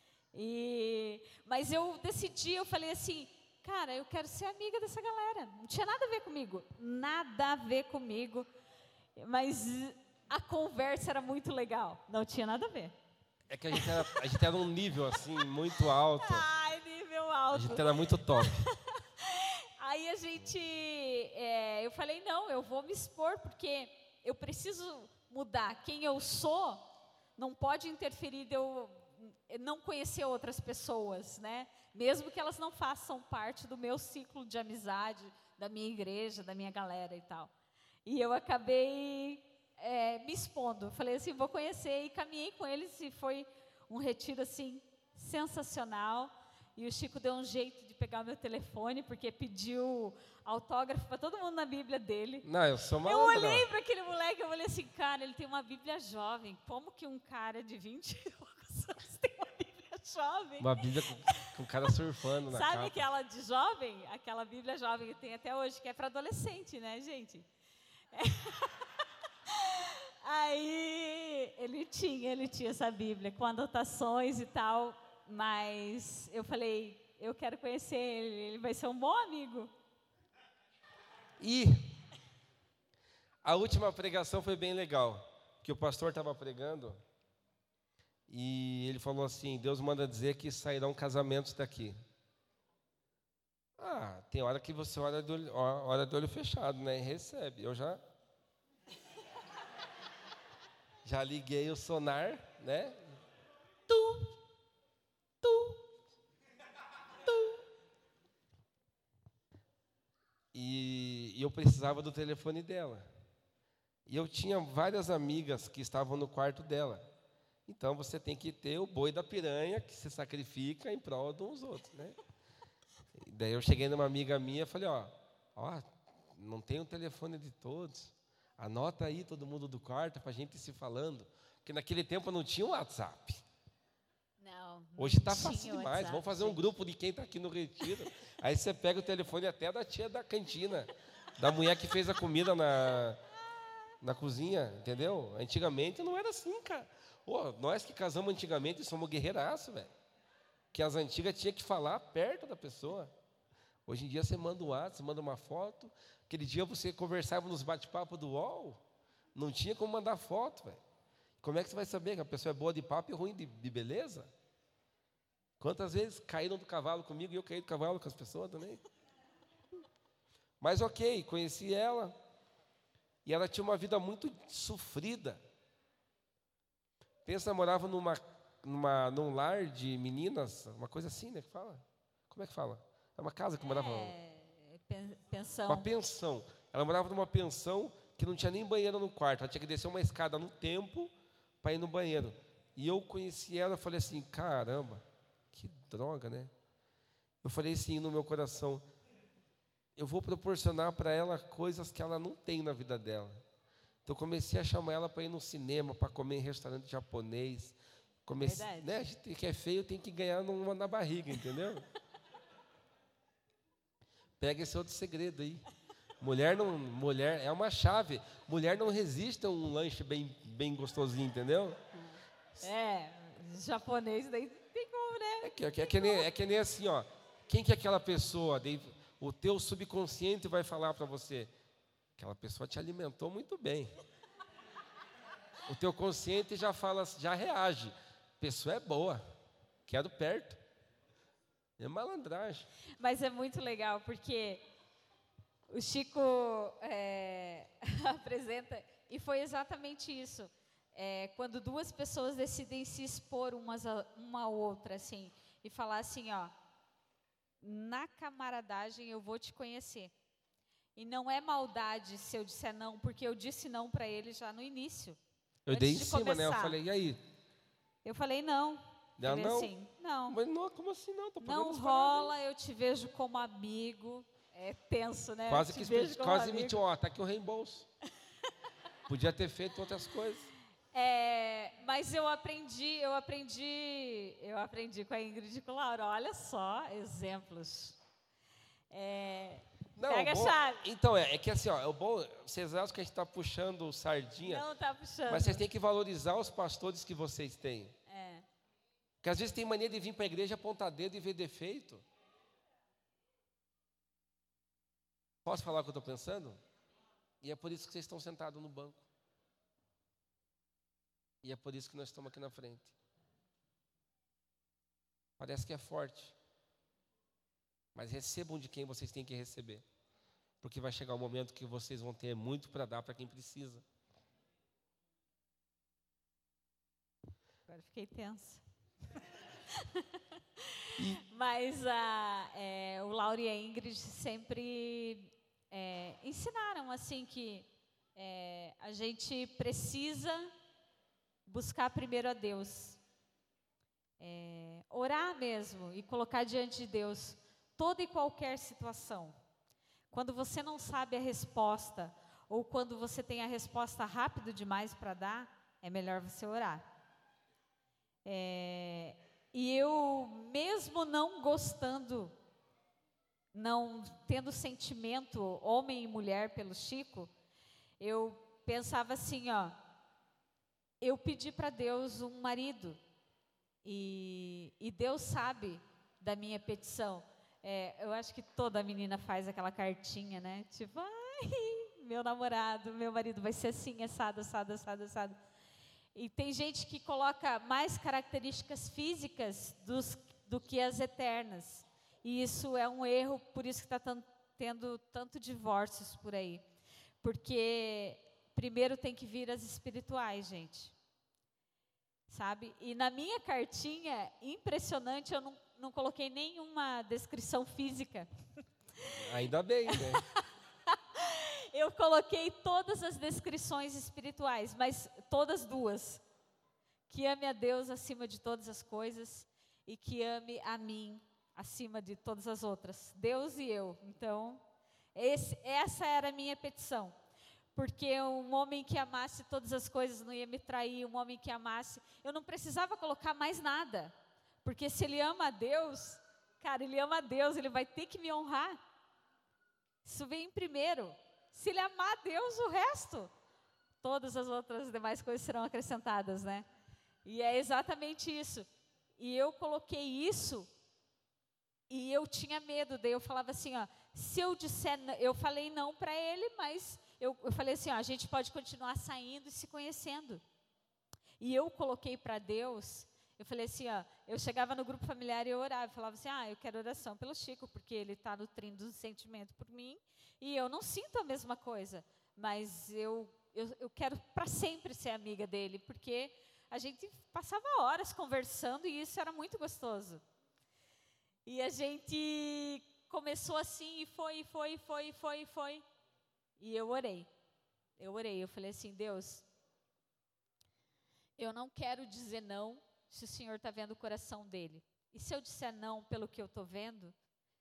Mas eu decidi, eu falei assim, cara, eu quero ser amiga dessa galera. Não tinha nada a ver comigo, nada a ver comigo. Mas a conversa era muito legal, não tinha nada a ver. É que a gente era num nível, assim, muito alto. Ai, nível alto. A gente era muito top. Aí eu falei, não, eu vou me expor, porque eu preciso mudar. Quem eu sou não pode interferir de eu não conhecer outras pessoas, né? Mesmo que elas não façam parte do meu ciclo de amizade, da minha igreja, da minha galera e tal. E eu acabei me expondo. Falei assim, vou conhecer, e caminhei com eles, e foi um retiro, assim, sensacional. E o Chico deu um jeito de pegar o meu telefone, porque pediu autógrafo para todo mundo na Bíblia dele. Não, eu sou Eu malandro. olhei para aquele moleque, eu falei assim, cara, ele tem uma Bíblia jovem. Como que um cara de 20 anos tem uma Bíblia jovem? Uma Bíblia com o cara surfando na Sabe capa. aquela de jovem? Aquela Bíblia jovem que tem até hoje, que é para adolescente, né, gente? Aí ele tinha essa Bíblia com anotações e tal, mas eu falei, eu quero conhecer ele vai ser um bom amigo. E a última pregação foi bem legal, que o pastor estava pregando, E ele falou assim: Deus manda dizer que sairão casamentos daqui. Ah, tem hora que você ora de olho fechado, né? E recebe. Eu já liguei o sonar, né? Tu, tu, tu. E eu precisava do telefone dela. E eu tinha várias amigas que estavam no quarto dela. Então você tem que ter o boi da piranha que se sacrifica em prol de uns outros, né? E daí eu cheguei numa amiga minha e falei: ó, não tem o telefone de todos. Anota aí todo mundo do quarto para a gente ir se falando. Porque naquele tempo não tinha o WhatsApp. Não. Hoje está tinha fácil demais. WhatsApp, Vamos fazer um gente. grupo de quem está aqui no retiro. Aí você pega o telefone até da tia da cantina, da mulher que fez a comida na cozinha, entendeu? Antigamente não era assim, cara. Ô, nós que casamos antigamente somos guerreiraços, velho. Que as antigas tinha que falar perto da pessoa. Hoje em dia você manda um WhatsApp, você manda uma foto. Aquele dia você conversava nos bate-papos do UOL, não tinha como mandar foto, velho. Como é que você vai saber que a pessoa é boa de papo e ruim de beleza? Quantas vezes caíram do cavalo comigo e eu caí do cavalo com as pessoas também? Mas ok, conheci ela. E ela tinha uma vida muito sofrida. Pensa, morava num lar de meninas, uma coisa assim, né? Que fala? Como é que fala? É uma casa que morava... Pensão. Uma pensão. Ela morava numa pensão que não tinha nem banheiro no quarto. Ela tinha que descer uma escada no tempo para ir no banheiro. E eu conheci ela e falei assim: caramba, que droga, né? Eu falei assim no meu coração: eu vou proporcionar para ela coisas que ela não tem na vida dela. Então eu comecei a chamar ela para ir no cinema, para comer em restaurante japonês. Verdade. Né, a gente que é feio tem que ganhar na barriga, entendeu? Pega esse outro segredo aí. Mulher é uma chave. Mulher não resiste a um lanche bem gostosinho, entendeu? Japonês daí tem como, né? É que nem assim, ó. Quem que é aquela pessoa? O teu subconsciente vai falar para você: aquela pessoa te alimentou muito bem. O teu consciente já fala, já reage: pessoa é boa, quero perto. É malandragem. Mas é muito legal, porque o Chico apresenta, e foi exatamente isso. Quando duas pessoas decidem se expor uma à outra, assim, e falar assim, ó, na camaradagem eu vou te conhecer. E não é maldade se eu disser não, porque eu disse não para ele já no início. Eu dei em de cima, né? Eu começar. falei: e aí? Eu falei não. Ela, Falei não? assim, não. Mas não, como assim não? Tô pagando Não as rola, eu te vejo como amigo. É tenso, né? paradas. Quase Quase emitiu, ó, tá aqui o reembolso. Podia ter feito outras coisas. Mas eu aprendi com a Ingrid e com a Laura. Olha só, exemplos. Não, Pega a bom, chave. então, é que assim, ó, é o bom, vocês acham que a gente está puxando sardinha, Não tá puxando. mas vocês têm que valorizar os pastores que vocês têm. Porque às vezes tem mania de vir para a igreja apontar dedo e ver defeito. Posso falar o que eu estou pensando? E é por isso que vocês estão sentados no banco. E é por isso que nós estamos aqui na frente. Parece que é forte. Mas recebam de quem vocês têm que receber. Porque vai chegar um momento que vocês vão ter muito para dar para quem precisa. Agora fiquei tensa. Mas o Lauro e a Ingrid sempre ensinaram assim que a gente precisa buscar primeiro a Deus, orar mesmo e colocar diante de Deus toda e qualquer situação. Quando você não sabe a resposta ou quando você tem a resposta rápido demais para dar, é melhor você orar. E eu, mesmo não gostando, não tendo sentimento, homem e mulher, pelo Chico, eu pensava assim, ó, eu pedi para Deus um marido, e Deus sabe da minha petição. Eu acho que toda menina faz aquela cartinha, né? Tipo, ai, meu namorado, meu marido vai ser assim, assado, assado, assado, assado. E tem gente que coloca mais características físicas do que as eternas. E isso é um erro, por isso que está tendo tanto divórcios por aí. Porque primeiro tem que vir as espirituais, gente. Sabe? E na minha cartinha, impressionante, eu não coloquei nenhuma descrição física. Ainda bem, né? Eu coloquei todas as descrições espirituais, mas todas duas. Que ame a Deus acima de todas as coisas e que ame a mim acima de todas as outras. Deus e eu. Então, essa era a minha petição. Porque um homem que amasse todas as coisas não ia me trair, um homem que amasse... Eu não precisava colocar mais nada. Porque se ele ama a Deus, cara, ele ama a Deus, ele vai ter que me honrar. Isso vem em primeiro. Se ele amar a Deus, o resto, todas as outras demais coisas serão acrescentadas, né? E é exatamente isso. E eu coloquei isso e eu tinha medo. Daí eu falava assim, ó, se eu disser... Eu falei não para ele, mas eu falei assim, ó, a gente pode continuar saindo e se conhecendo. E eu coloquei para Deus... Eu falei assim, ó, eu chegava no grupo familiar e eu orava, eu falava assim, eu quero oração pelo Chico, porque ele está nutrindo um sentimento por mim, e eu não sinto a mesma coisa, mas eu quero para sempre ser amiga dele, porque a gente passava horas conversando e isso era muito gostoso. E a gente começou assim, e foi. E eu orei, eu falei assim, Deus, eu não quero dizer não, se o Senhor está vendo o coração dele. E se eu disser não pelo que eu estou vendo,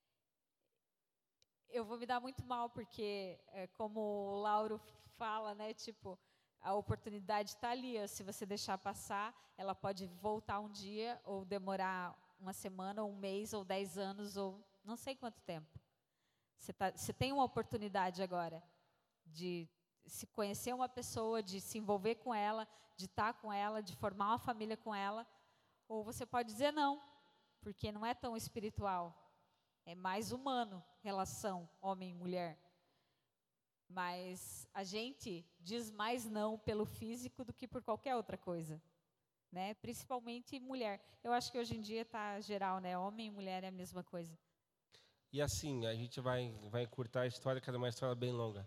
eu vou me dar muito mal, porque, como o Lauro fala, né, tipo, a oportunidade está ali, ó, se você deixar passar, ela pode voltar um dia, ou demorar uma semana, ou um mês, ou 10 anos, ou não sei quanto tempo. Você tem uma oportunidade agora de se conhecer uma pessoa, de se envolver com ela, de estar com ela, de formar uma família com ela. Ou você pode dizer não, porque não é tão espiritual. É mais humano, relação homem e mulher. Mas a gente diz mais não pelo físico do que por qualquer outra coisa. Né? Principalmente mulher. Eu acho que hoje em dia está geral, né? Homem e mulher é a mesma coisa. E assim, a gente vai encurtar a história, que era uma história bem longa.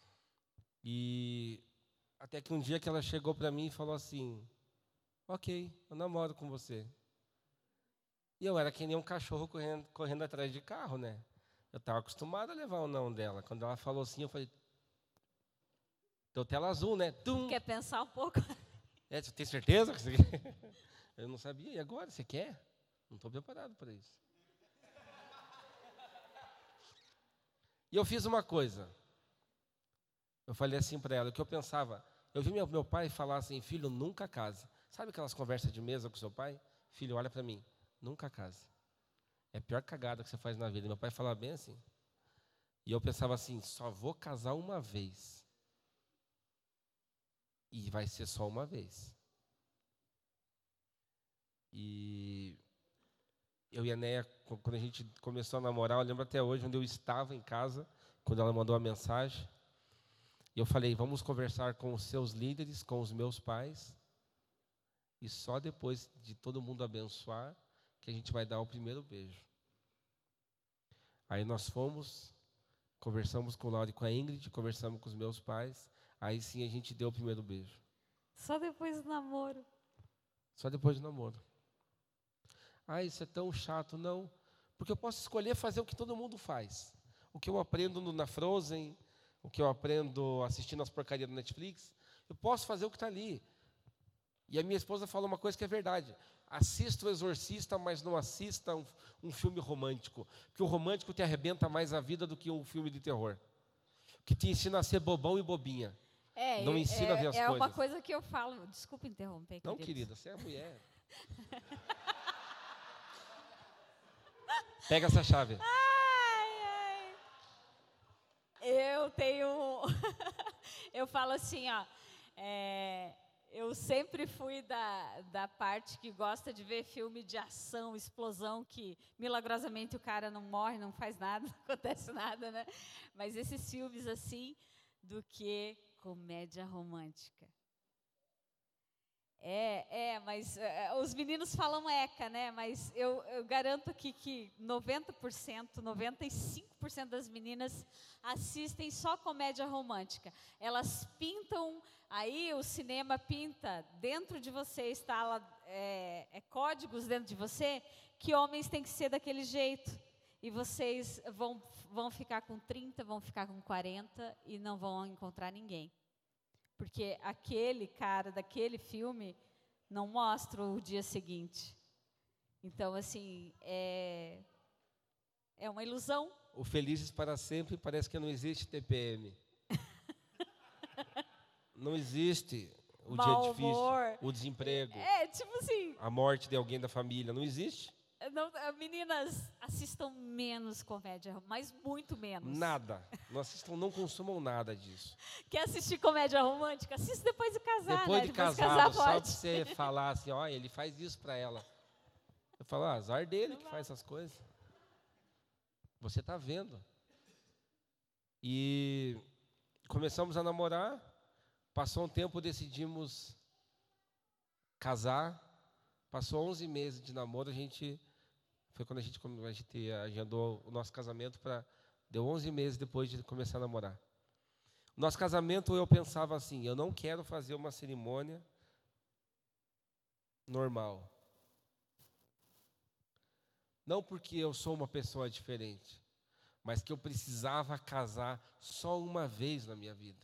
E até que um dia que ela chegou para mim e falou assim, ok, eu namoro com você. E eu era que nem um cachorro correndo atrás de carro, né? Eu estava acostumado a levar o não dela. Quando ela falou assim, eu falei, deu tela azul, né? Tum! Quer pensar um pouco? Você tem certeza que você quer? Eu não sabia. E agora, você quer? Não estou preparado para isso. E eu fiz uma coisa. Eu falei assim para ela, o que eu pensava. Eu vi meu pai falar assim, filho, nunca case. Sabe aquelas conversas de mesa com seu pai? Filho, olha para mim, nunca case. É a pior cagada que você faz na vida. Meu pai falava bem assim. E eu pensava assim, só vou casar uma vez. E vai ser só uma vez. E eu e a Néia, quando a gente começou a namorar, eu lembro até hoje, onde eu estava em casa, quando ela mandou a mensagem. E eu falei, vamos conversar com os seus líderes, com os meus pais. E só depois de todo mundo abençoar, que a gente vai dar o primeiro beijo. Aí nós fomos, conversamos com o Lauro e com a Ingrid, conversamos com os meus pais. Aí sim a gente deu o primeiro beijo. Só depois do namoro. Só depois do namoro. Isso é tão chato. Não, porque eu posso escolher fazer o que todo mundo faz. O que eu aprendo na Frozen, o que eu aprendo assistindo as porcarias do Netflix, eu posso fazer o que está ali. E a minha esposa falou uma coisa que é verdade. Assista o Exorcista, mas não assista um filme romântico. Porque o romântico te arrebenta mais a vida do que um filme de terror. Que te ensina a ser bobão e bobinha. Não ensina a ver as coisas. É uma coisa que eu falo. Desculpa interromper, não, querida, você é mulher. Pega essa chave. Eu tenho... eu falo assim, ó... eu sempre fui da parte que gosta de ver filme de ação, explosão, que milagrosamente o cara não morre, não faz nada, não acontece nada, né? Mas esses filmes assim, do que comédia romântica. Mas os meninos falam ECA, né? Mas eu garanto aqui que 90%, 95% das meninas assistem só comédia romântica. Elas pintam, aí o cinema pinta dentro de você, instala códigos dentro de você, que homens têm que ser daquele jeito. E vocês vão ficar com 30, vão ficar com 40 e não vão encontrar ninguém. Porque aquele cara daquele filme não mostra o dia seguinte. Então, assim, é uma ilusão. O Felizes para Sempre parece que não existe TPM. Não existe o Mau dia difícil, humor. o desemprego, Tipo assim, a morte de alguém da família. Não existe. meninas, assistam menos comédia, mas muito menos. Nada. Não consumam nada disso. Quer assistir comédia romântica? Assista depois de casar, Depois né? de Depois casado, só pode. para você falar assim, ó, ele faz isso para ela. Eu falo, azar dele que faz essas coisas. Você está vendo. E começamos a namorar, passou um tempo, decidimos casar, passou 11 meses de namoro, foi quando a gente agendou o nosso casamento, deu 11 meses depois de começar a namorar. Nosso casamento, eu pensava assim, eu não quero fazer uma cerimônia normal. Não porque eu sou uma pessoa diferente, mas que eu precisava casar só uma vez na minha vida.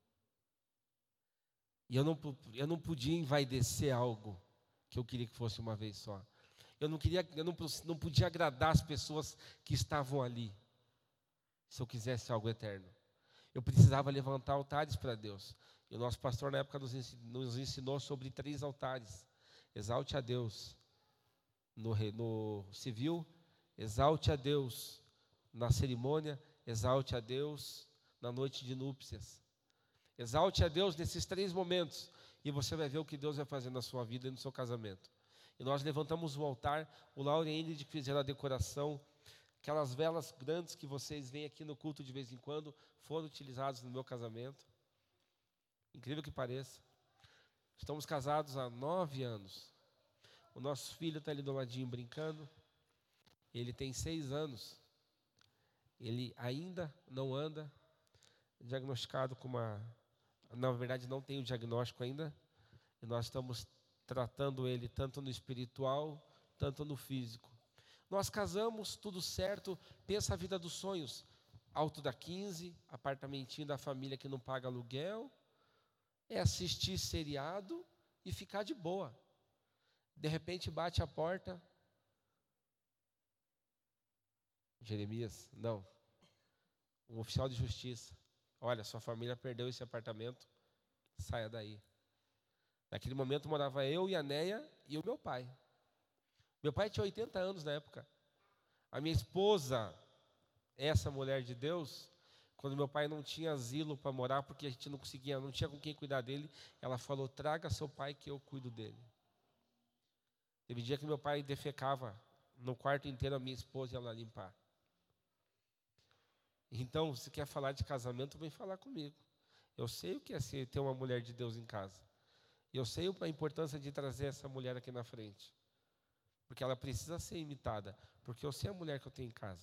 E eu não podia envaidecer algo que eu queria que fosse uma vez só. Eu não podia agradar as pessoas que estavam ali, se eu quisesse algo eterno. Eu precisava levantar altares para Deus. E o nosso pastor, na época, nos ensinou sobre 3 altares. Exalte a Deus no civil, exalte a Deus na cerimônia, exalte a Deus na noite de núpcias. Exalte a Deus nesses 3 momentos, e você vai ver o que Deus vai fazer na sua vida e no seu casamento. E nós levantamos o altar, o Laura e a Ingrid fizeram a decoração, aquelas velas grandes que vocês veem aqui no culto de vez em quando, foram utilizadas no meu casamento. Incrível que pareça. Estamos casados há 9 anos. O nosso filho está ali do ladinho brincando. Ele tem 6 anos. Ele ainda não anda, diagnosticado com na verdade não tem o diagnóstico ainda. E nós estamos tratando ele tanto no espiritual, tanto no físico. Nós casamos, tudo certo, pensa a vida dos sonhos. Alto da 15, apartamentinho da família que não paga aluguel, é assistir seriado e ficar de boa. De repente bate a porta. Jeremias, não. Um oficial de justiça. Olha, sua família perdeu esse apartamento, saia daí. Naquele momento morava eu e a Neia e o meu pai. Meu pai tinha 80 anos na época. A minha esposa, essa mulher de Deus, quando meu pai não tinha asilo para morar, porque a gente não tinha com quem cuidar dele, ela falou, traga seu pai que eu cuido dele. Teve dia que meu pai defecava no quarto inteiro, a minha esposa ia lá limpar. Então, se quer falar de casamento, vem falar comigo. Eu sei o que é ter uma mulher de Deus em casa. E eu sei a importância de trazer essa mulher aqui na frente. Porque ela precisa ser imitada. Porque eu sei a mulher que eu tenho em casa.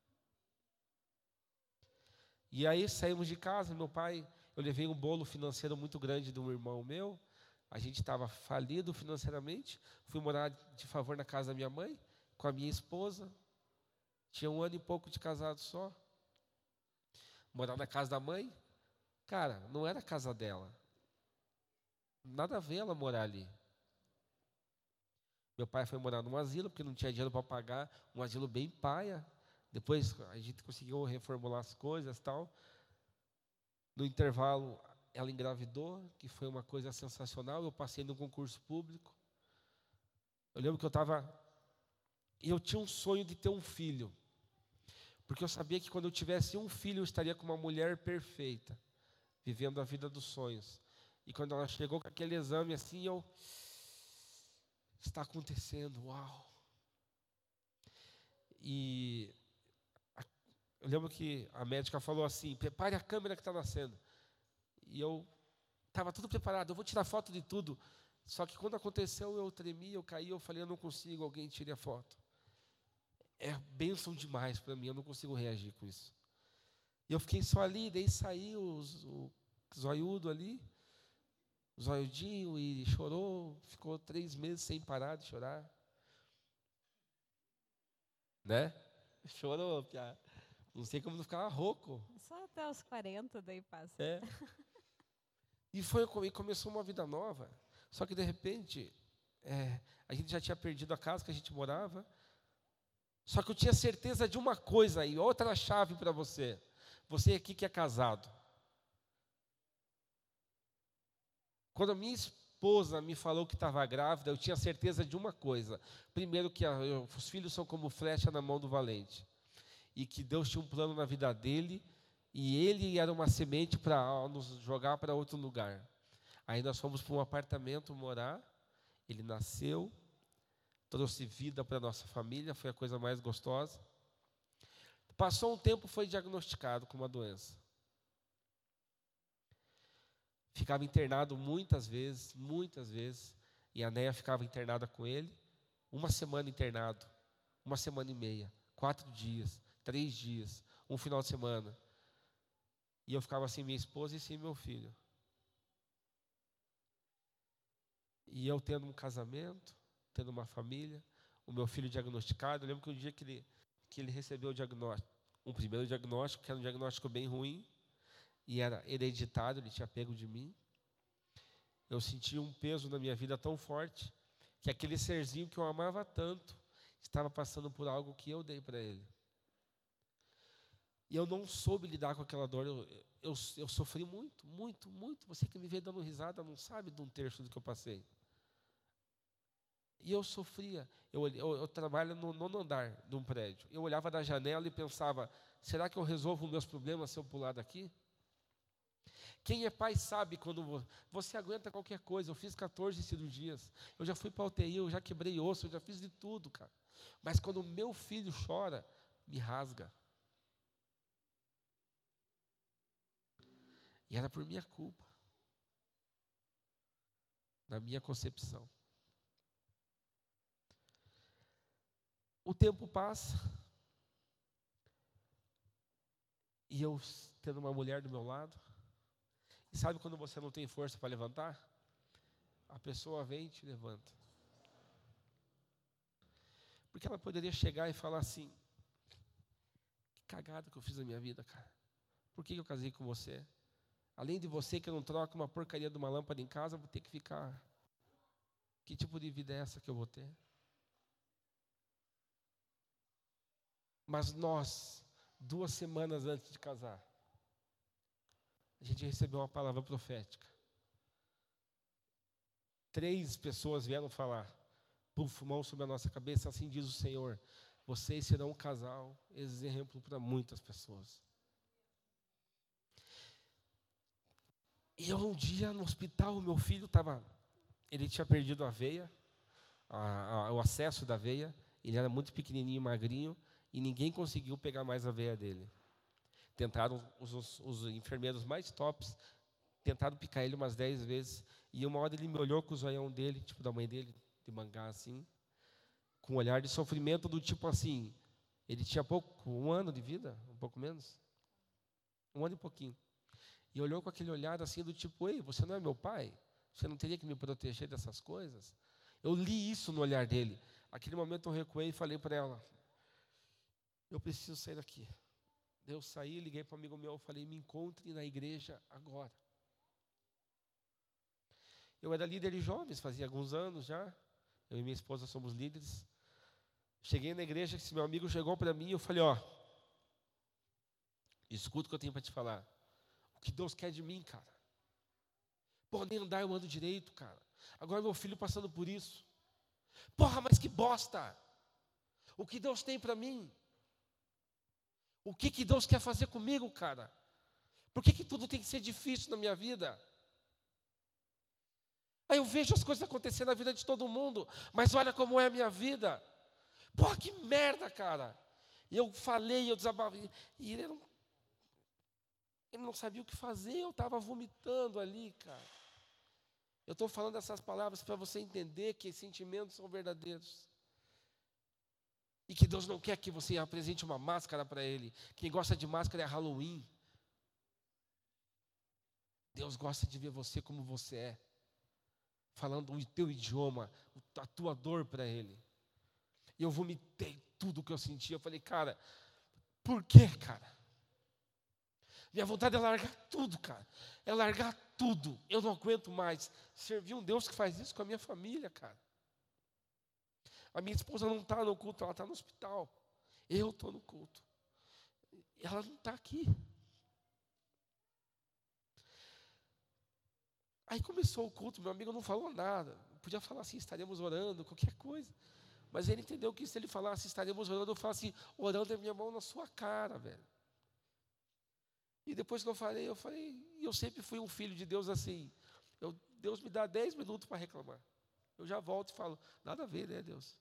E aí saímos de casa, meu pai, eu levei um bolo financeiro muito grande de um irmão meu. A gente estava falido financeiramente. Fui morar de favor na casa da minha mãe, com a minha esposa. Tinha 1 ano e pouco de casado só. Morar na casa da mãe, cara, não era a casa dela. Nada a ver ela morar ali. Meu pai foi morar num asilo, porque não tinha dinheiro para pagar, um asilo bem paia. Depois a gente conseguiu reformular as coisas e tal. No intervalo, ela engravidou, que foi uma coisa sensacional. Eu passei no concurso público. Eu lembro que eu tinha um sonho de ter um filho. Porque eu sabia que quando eu tivesse um filho, eu estaria com uma mulher perfeita, vivendo a vida dos sonhos. E quando ela chegou com aquele exame assim, está acontecendo, uau. E eu lembro que a médica falou assim, prepare a câmera que está nascendo. E eu estava tudo preparado, eu vou tirar foto de tudo. Só que quando aconteceu, eu tremi, eu caí, eu falei, eu não consigo, alguém tire a foto. É bênção demais para mim, eu não consigo reagir com isso. E eu fiquei só ali, daí saiu o zoiudo ali, o zoiudinho, e chorou, ficou 3 meses sem parar de chorar. Né? Chorou, piá. Não sei como não ficava rouco. Só até os 40, daí passa. É. E começou uma vida nova. Só que, de repente, a gente já tinha perdido a casa que a gente morava. Só que eu tinha certeza de uma coisa aí, outra chave para você. Você aqui que é casado. Quando a minha esposa me falou que estava grávida, eu tinha certeza de uma coisa. Primeiro, que os filhos são como flecha na mão do valente. E que Deus tinha um plano na vida dele, e ele era uma semente para nos jogar para outro lugar. Aí nós fomos para um apartamento morar, ele nasceu, trouxe vida para a nossa família, foi a coisa mais gostosa. Passou um tempo, foi diagnosticado com uma doença. Ficava internado muitas vezes, e a Néia ficava internada com ele, 1 semana internado, 1 semana e meia, 4 dias, 3 dias, um final de semana. E eu ficava sem minha esposa e sem meu filho. E eu tendo um casamento, tendo uma família, o meu filho diagnosticado. Eu lembro que um dia que ele recebeu o diagnóstico, um primeiro diagnóstico, que era um diagnóstico bem ruim, e era hereditário, ele tinha pego de mim. Eu senti um peso na minha vida tão forte, que aquele serzinho que eu amava tanto, estava passando por algo que eu dei para ele. E eu não soube lidar com aquela dor, eu sofri muito. Você que me vê dando risada não sabe de 1/3 do que eu passei. E eu sofria. Eu trabalho no 9º andar de um prédio. Eu olhava da janela e pensava, será que eu resolvo os meus problemas se eu pular daqui? Quem é pai sabe quando você aguenta qualquer coisa. Eu fiz 14 cirurgias. Eu já fui para a UTI, eu já quebrei osso, eu já fiz de tudo, cara. Mas quando o meu filho chora, me rasga. E era por minha culpa. Na minha concepção. O tempo passa. E eu tendo uma mulher do meu lado. E sabe quando você não tem força para levantar? A pessoa vem e te levanta. Porque ela poderia chegar e falar assim, que cagada que eu fiz na minha vida, cara. Por que eu casei com você? Além de você que eu não troco uma porcaria de uma lâmpada em casa, eu vou ter que ficar. Que tipo de vida é essa que eu vou ter? Mas nós, 2 semanas antes de casar, a gente recebeu uma palavra profética. 3 pessoas vieram falar, puf, mão sobre a nossa cabeça, assim diz o Senhor, vocês serão um casal, exemplo para muitas pessoas. E eu um dia no hospital, meu filho ele tinha perdido a veia, o acesso da veia, ele era muito pequenininho, magrinho, e ninguém conseguiu pegar mais a veia dele. Tentaram, os enfermeiros mais tops, tentaram picar ele umas 10 vezes, e uma hora ele me olhou com o zoião dele, tipo da mãe dele, de mangá assim, com um olhar de sofrimento do tipo assim, ele tinha 1 ano de vida, um pouco menos, 1 ano e pouquinho. E olhou com aquele olhar assim do tipo, ei, você não é meu pai? Você não teria que me proteger dessas coisas? Eu li isso no olhar dele. Naquele momento eu recuei e falei para ela, eu preciso sair daqui. Eu saí, liguei para um amigo meu, falei, me encontre na igreja agora. Eu era líder de jovens, fazia alguns anos já. Eu e minha esposa somos líderes. Cheguei na igreja, esse meu amigo chegou para mim e eu falei, escuta o que eu tenho para te falar. O que Deus quer de mim, cara. Porra, nem andar eu ando direito, cara. Agora meu filho passando por isso. Porra, mas que bosta. O que Deus tem para mim? O que Deus quer fazer comigo, cara? Por que tudo tem que ser difícil na minha vida? Aí eu vejo as coisas acontecendo na vida de todo mundo, mas olha como é a minha vida. Porra, que merda, cara. E eu falei, eu desabafei, e ele não sabia o que fazer, eu estava vomitando ali, cara. Eu estou falando essas palavras para você entender que sentimentos são verdadeiros. E que Deus não quer que você apresente uma máscara para Ele. Quem gosta de máscara é Halloween. Deus gosta de ver você como você é. Falando o teu idioma, a tua dor para Ele. E eu vomitei tudo o que eu senti. Eu falei, cara, por quê, cara? Minha vontade é largar tudo, cara. É largar tudo. Eu não aguento mais servir um Deus que faz isso com a minha família, cara. A minha esposa não está no culto, ela está no hospital. Eu estou no culto. Ela não está aqui. Aí começou o culto, meu amigo não falou nada. Podia falar assim, estaremos orando, qualquer coisa. Mas ele entendeu que se ele falasse, estaremos orando, eu falasse, orando é minha mão na sua cara, velho. E depois que eu falei, eu sempre fui um filho de Deus assim. Deus me dá 10 minutos para reclamar. Eu já volto e falo, nada a ver, né, Deus?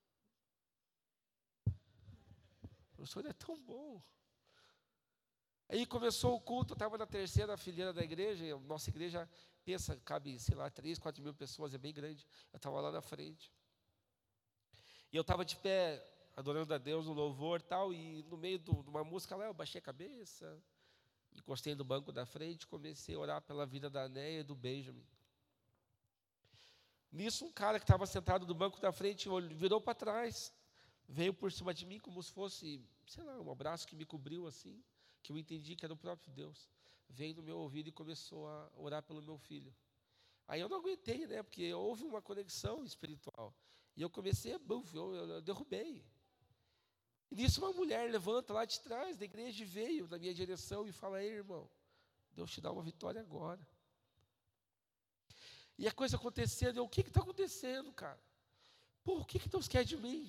O Senhor é tão bom. Aí começou o culto, eu estava na terceira fileira da igreja, nossa igreja, pensa, cabe, 3, 4 mil pessoas, é bem grande. Eu estava lá na frente. E eu estava de pé, adorando a Deus no louvor e tal, e no meio de uma música lá, eu baixei a cabeça, encostei no banco da frente, comecei a orar pela vida da Néia e do Benjamin. Nisso, um cara que estava sentado no banco da frente virou para trás, veio por cima de mim como se fosse, um abraço que me cobriu assim, que eu entendi que era o próprio Deus. Veio no meu ouvido e começou a orar pelo meu filho. Aí eu não aguentei, né, porque houve uma conexão espiritual. E eu comecei eu derrubei. E nisso uma mulher levanta lá de trás da igreja e veio na minha direção e fala, ei, irmão, Deus te dá uma vitória agora. E a coisa acontecendo, o que está acontecendo, cara? Pô, o que Deus quer de mim?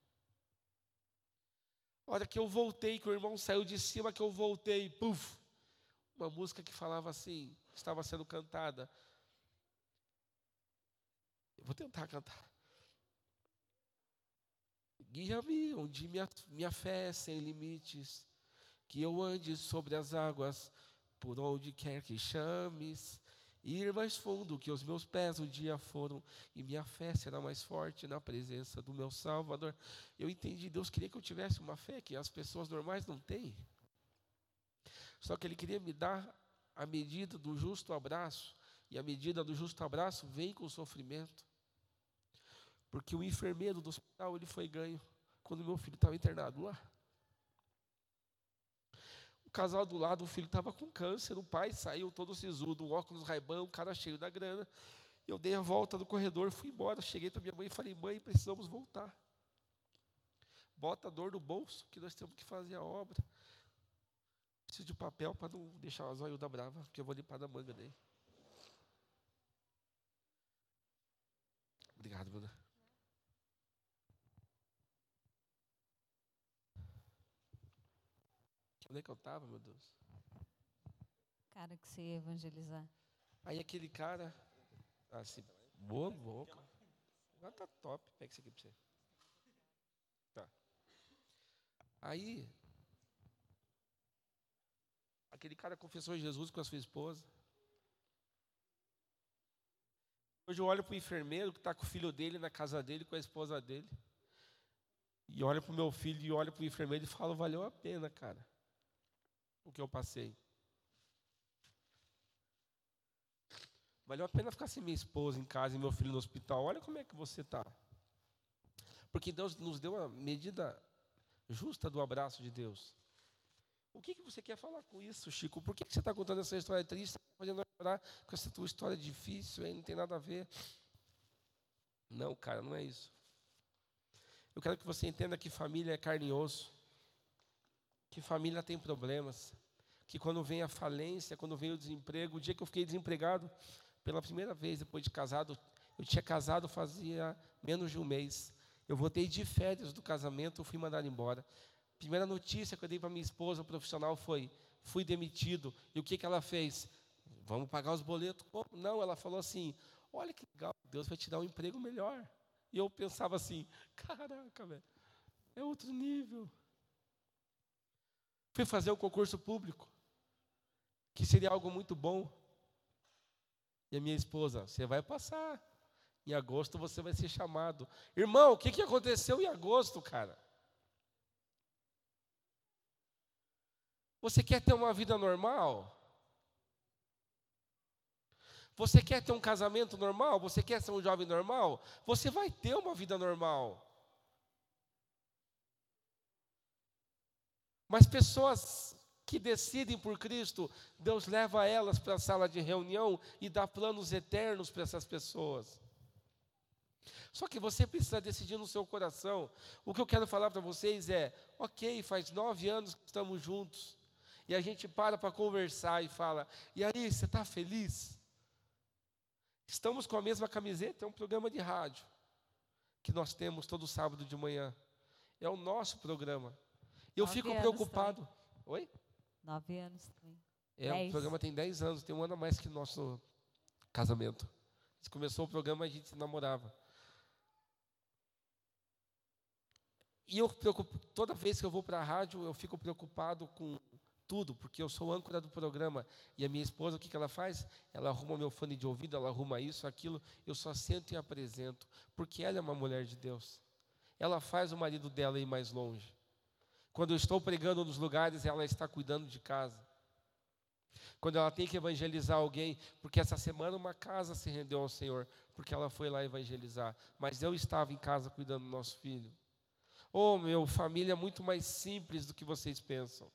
A hora que eu voltei, que o irmão saiu de cima, que eu voltei, puf, uma música que falava assim, estava sendo cantada. Eu vou tentar cantar. Guia-me onde minha fé é sem limites, que eu ande sobre as águas, por onde quer que chames, ir mais fundo que os meus pés um dia foram, e minha fé será mais forte na presença do meu Salvador. Eu entendi, Deus queria que eu tivesse uma fé que as pessoas normais não têm. Só que Ele queria me dar a medida do justo abraço, e a medida do justo abraço vem com o sofrimento. Porque o enfermeiro do hospital, ele foi ganho quando meu filho estava internado lá. O casal do lado, o filho estava com câncer, o pai saiu todo sisudo, um óculos Ray-Ban, um cara cheio da grana. Eu dei a volta no corredor, fui embora, cheguei para minha mãe e falei, mãe, precisamos voltar. Bota a dor no bolso, que nós temos que fazer a obra. Preciso de papel para não deixar a zoiuda brava, porque eu vou limpar da manga dele. Obrigado, Bruna. Onde é que eu estava, meu Deus? Cara que você ia evangelizar. Aí aquele cara, assim, boa boca. Agora tá top, pega isso aqui para você. Tá. Aí, aquele cara confessou Jesus com a sua esposa. Hoje eu olho para o enfermeiro que está com o filho dele na casa dele, com a esposa dele. E olho para o meu filho e olho para o enfermeiro e falo, valeu a pena, cara, o que eu passei. Valeu a pena ficar sem minha esposa em casa e meu filho no hospital. Olha como é que você está. Porque Deus nos deu a medida justa do abraço de Deus. O que você quer falar com isso, Chico? Por que você está contando essa história triste? Você está fazendo chorar com essa tua história difícil, aí não tem nada a ver. Não, cara, não é isso. Eu quero que você entenda que família é carne e osso. Que família tem problemas. Que quando vem a falência, quando vem o desemprego, o dia que eu fiquei desempregado, pela primeira vez, depois de casado, eu tinha casado fazia menos de um mês. Eu voltei de férias do casamento, eu fui mandado embora. Primeira notícia que eu dei para minha esposa profissional foi, fui demitido. E o que ela fez? Vamos pagar os boletos? Como? Não, ela falou assim, olha que legal, Deus vai te dar um emprego melhor. E eu pensava assim, caraca, velho, é outro nível. Fui fazer um concurso público, que seria algo muito bom. E a minha esposa, você vai passar. Em agosto você vai ser chamado. Irmão, o que aconteceu em agosto, cara? Você quer ter uma vida normal? Você quer ter um casamento normal? Você quer ser um jovem normal? Você vai ter uma vida normal. Mas pessoas que decidem por Cristo, Deus leva elas para a sala de reunião e dá planos eternos para essas pessoas. Só que você precisa decidir no seu coração. O que eu quero falar para vocês é, ok, faz 9 anos que estamos juntos. E a gente para conversar e fala, e aí, você está feliz? Estamos com a mesma camiseta, é um programa de rádio que nós temos todo sábado de manhã. É o nosso programa. Eu fico preocupado. Oi? 9 anos também. O programa tem 10 anos, tem um ano a mais que nosso casamento. A gente começou o programa, a gente se namorava. E toda vez que eu vou para a rádio, eu fico preocupado com tudo, porque eu sou âncora do programa. E a minha esposa, o que ela faz? Ela arruma meu fone de ouvido, ela arruma isso, aquilo. Eu só sento e apresento, porque ela é uma mulher de Deus. Ela faz o marido dela ir mais longe. Quando eu estou pregando nos lugares, ela está cuidando de casa. Quando ela tem que evangelizar alguém, porque essa semana uma casa se rendeu ao Senhor, porque ela foi lá evangelizar. Mas eu estava em casa cuidando do nosso filho. Meu, família é muito mais simples do que vocês pensam.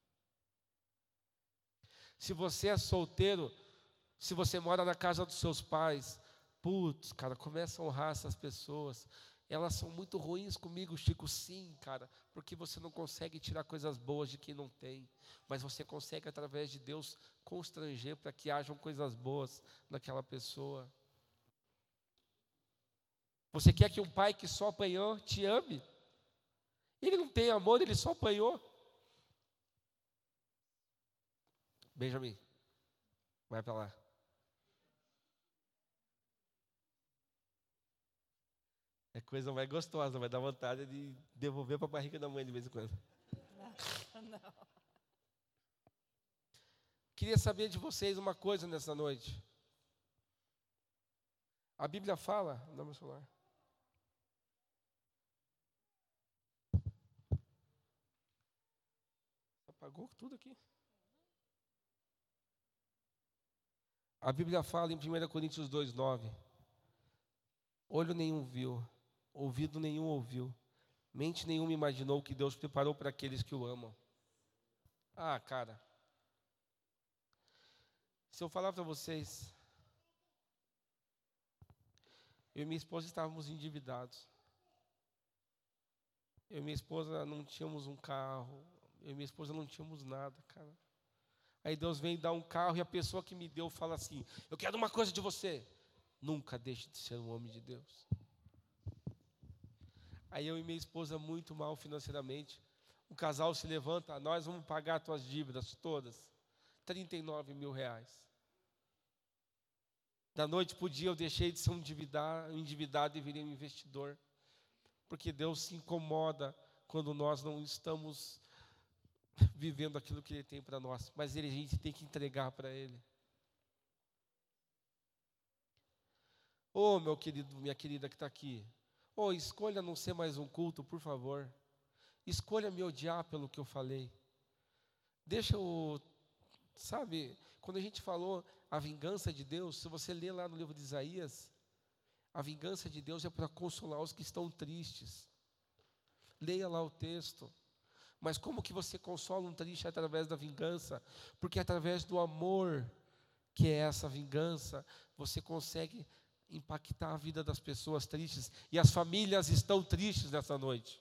Se você é solteiro, se você mora na casa dos seus pais, putz, cara, começa a honrar essas pessoas. Elas são muito ruins comigo, Chico, sim, cara, porque você não consegue tirar coisas boas de quem não tem, mas você consegue, através de Deus, constranger para que hajam coisas boas naquela pessoa. Você quer que um pai que só apanhou te ame? Ele não tem amor, ele só apanhou. Benjamin, vai para lá. É coisa mais gostosa, vai dar vontade de devolver para a barriga da mãe de vez em quando. Não. Queria saber de vocês uma coisa nessa noite. A Bíblia fala, dá meu celular. Apagou tudo aqui. A Bíblia fala em 1 Coríntios 2:9. Olho nenhum viu, ouvido nenhum ouviu, mente nenhuma imaginou o que Deus preparou para aqueles que o amam. Ah, cara. Se eu falar para vocês, eu e minha esposa estávamos endividados. Eu e minha esposa não tínhamos um carro, eu e minha esposa não tínhamos nada, cara. Aí Deus vem dar um carro e a pessoa que me deu fala assim, eu quero uma coisa de você. Nunca deixe de ser um homem de Deus. Aí eu e minha esposa muito mal financeiramente. O casal se levanta, nós vamos pagar tuas dívidas todas. 39 mil reais. Da noite para o dia eu deixei de ser um endividado e virei um investidor. Porque Deus se incomoda quando nós não estamos vivendo aquilo que Ele tem para nós. Mas a gente tem que entregar para Ele. Meu querido, minha querida que está aqui. Escolha não ser mais um culto, por favor. Escolha me odiar pelo que eu falei. Deixa sabe, quando a gente falou a vingança de Deus, se você ler lá no livro de Isaías, a vingança de Deus é para consolar os que estão tristes. Leia lá o texto. Mas como que você consola um triste através da vingança? Porque através do amor, que é essa vingança, você consegue impactar a vida das pessoas tristes. E as famílias estão tristes nessa noite.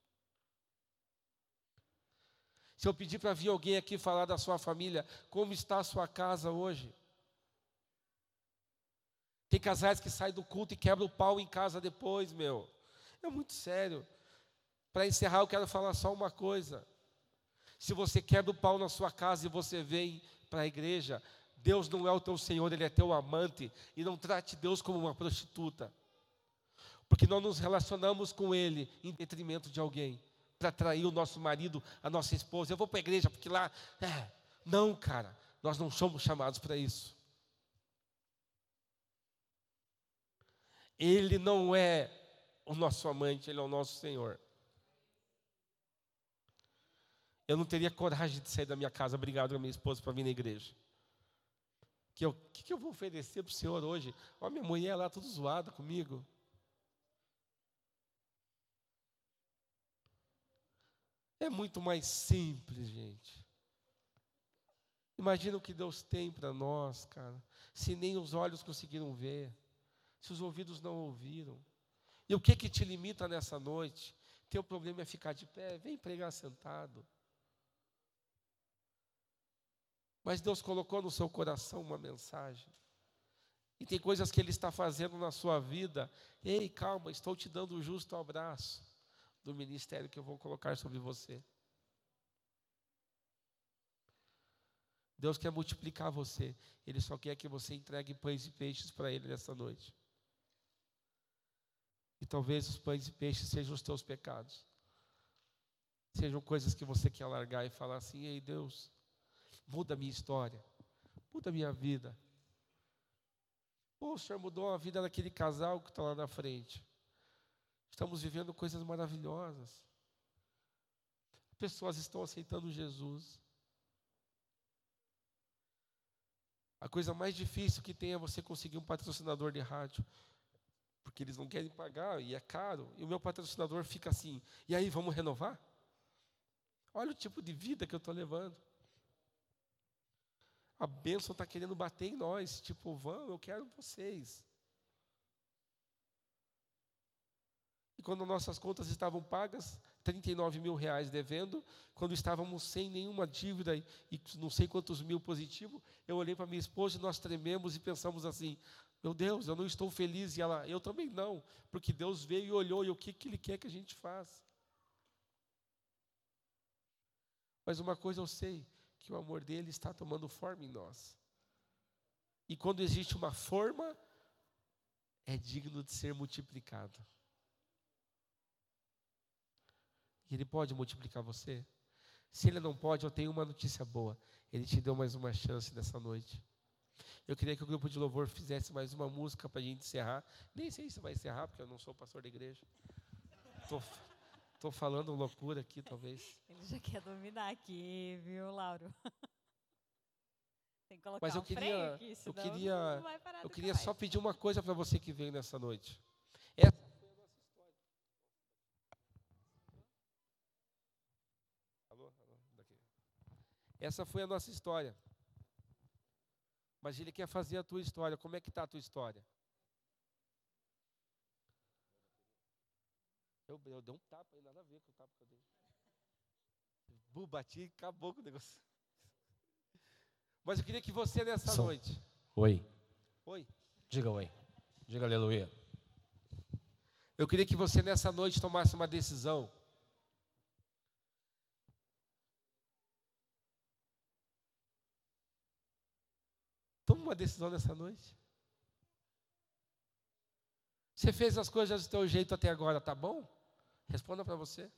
Se eu pedir para vir alguém aqui falar da sua família, como está a sua casa hoje? Tem casais que saem do culto e quebram o pau em casa depois, meu. É muito sério. Para encerrar, eu quero falar só uma coisa. Se você quebra o pau na sua casa e você vem para a igreja, Deus não é o teu Senhor, Ele é teu amante. E não trate Deus como uma prostituta. Porque nós nos relacionamos com Ele em detrimento de alguém. Para atrair o nosso marido, a nossa esposa. Eu vou para a igreja porque lá... Não, cara, nós não somos chamados para isso. Ele não é o nosso amante, Ele é o nosso Senhor. Eu não teria coragem de sair da minha casa, obrigado a minha esposa, para vir na igreja. O que eu vou oferecer para o Senhor hoje? Ó, minha mulher lá, tudo zoada comigo. É muito mais simples, gente. Imagina o que Deus tem para nós, cara. Se nem os olhos conseguiram ver, se os ouvidos não ouviram. E o que te limita nessa noite? Teu problema é ficar de pé, vem pregar sentado. Mas Deus colocou no seu coração uma mensagem. E tem coisas que Ele está fazendo na sua vida. Ei, calma, estou te dando o justo abraço do ministério que eu vou colocar sobre você. Deus quer multiplicar você. Ele só quer que você entregue pães e peixes para Ele nessa noite. E talvez os pães e peixes sejam os teus pecados. Sejam coisas que você quer largar e falar assim: ei, Deus, muda a minha história, muda a minha vida. Pô, o Senhor mudou a vida daquele casal que está lá na frente. Estamos vivendo coisas maravilhosas. Pessoas estão aceitando Jesus. A coisa mais difícil que tem é você conseguir um patrocinador de rádio. Porque eles não querem pagar e é caro. E o meu patrocinador fica assim: e aí, vamos renovar? Olha o tipo de vida que eu estou levando. A bênção está querendo bater em nós. Tipo, vamos, eu quero vocês. E quando nossas contas estavam pagas, 39 mil reais devendo, quando estávamos sem nenhuma dívida e não sei quantos mil positivo, eu olhei para minha esposa e nós trememos e pensamos assim: meu Deus, eu não estou feliz. E ela: eu também não, porque Deus veio e olhou, e o que Ele quer que a gente faça? Mas uma coisa eu sei, que o amor dele está tomando forma em nós. E quando existe uma forma, é digno de ser multiplicado. E Ele pode multiplicar você? Se Ele não pode, eu tenho uma notícia boa. Ele te deu mais uma chance nessa noite. Eu queria que o grupo de louvor fizesse mais uma música para a gente encerrar. Nem sei se vai encerrar, porque eu não sou pastor da igreja. Estou falando loucura aqui, talvez. Ele já quer dominar aqui, viu, Lauro? Tem que colocar Mas eu queria, freio aqui, senão não vai parar eu nunca queria mais. só pedir uma coisa para você que veio nessa noite. Essa foi a nossa história. Alô? Daqui. Essa foi a nossa história. Mas Ele quer fazer a tua história. Como é que está a tua história? Eu dei um tapa aí, nada a ver com o tapa que eu dei. Bati e acabou com o negócio. Mas eu queria que você nessa noite. Oi. Oi. Diga oi. Diga aleluia. Eu queria que você nessa noite tomasse uma decisão. Toma uma decisão nessa noite. Você fez as coisas do teu jeito até agora, tá bom? Responda para você.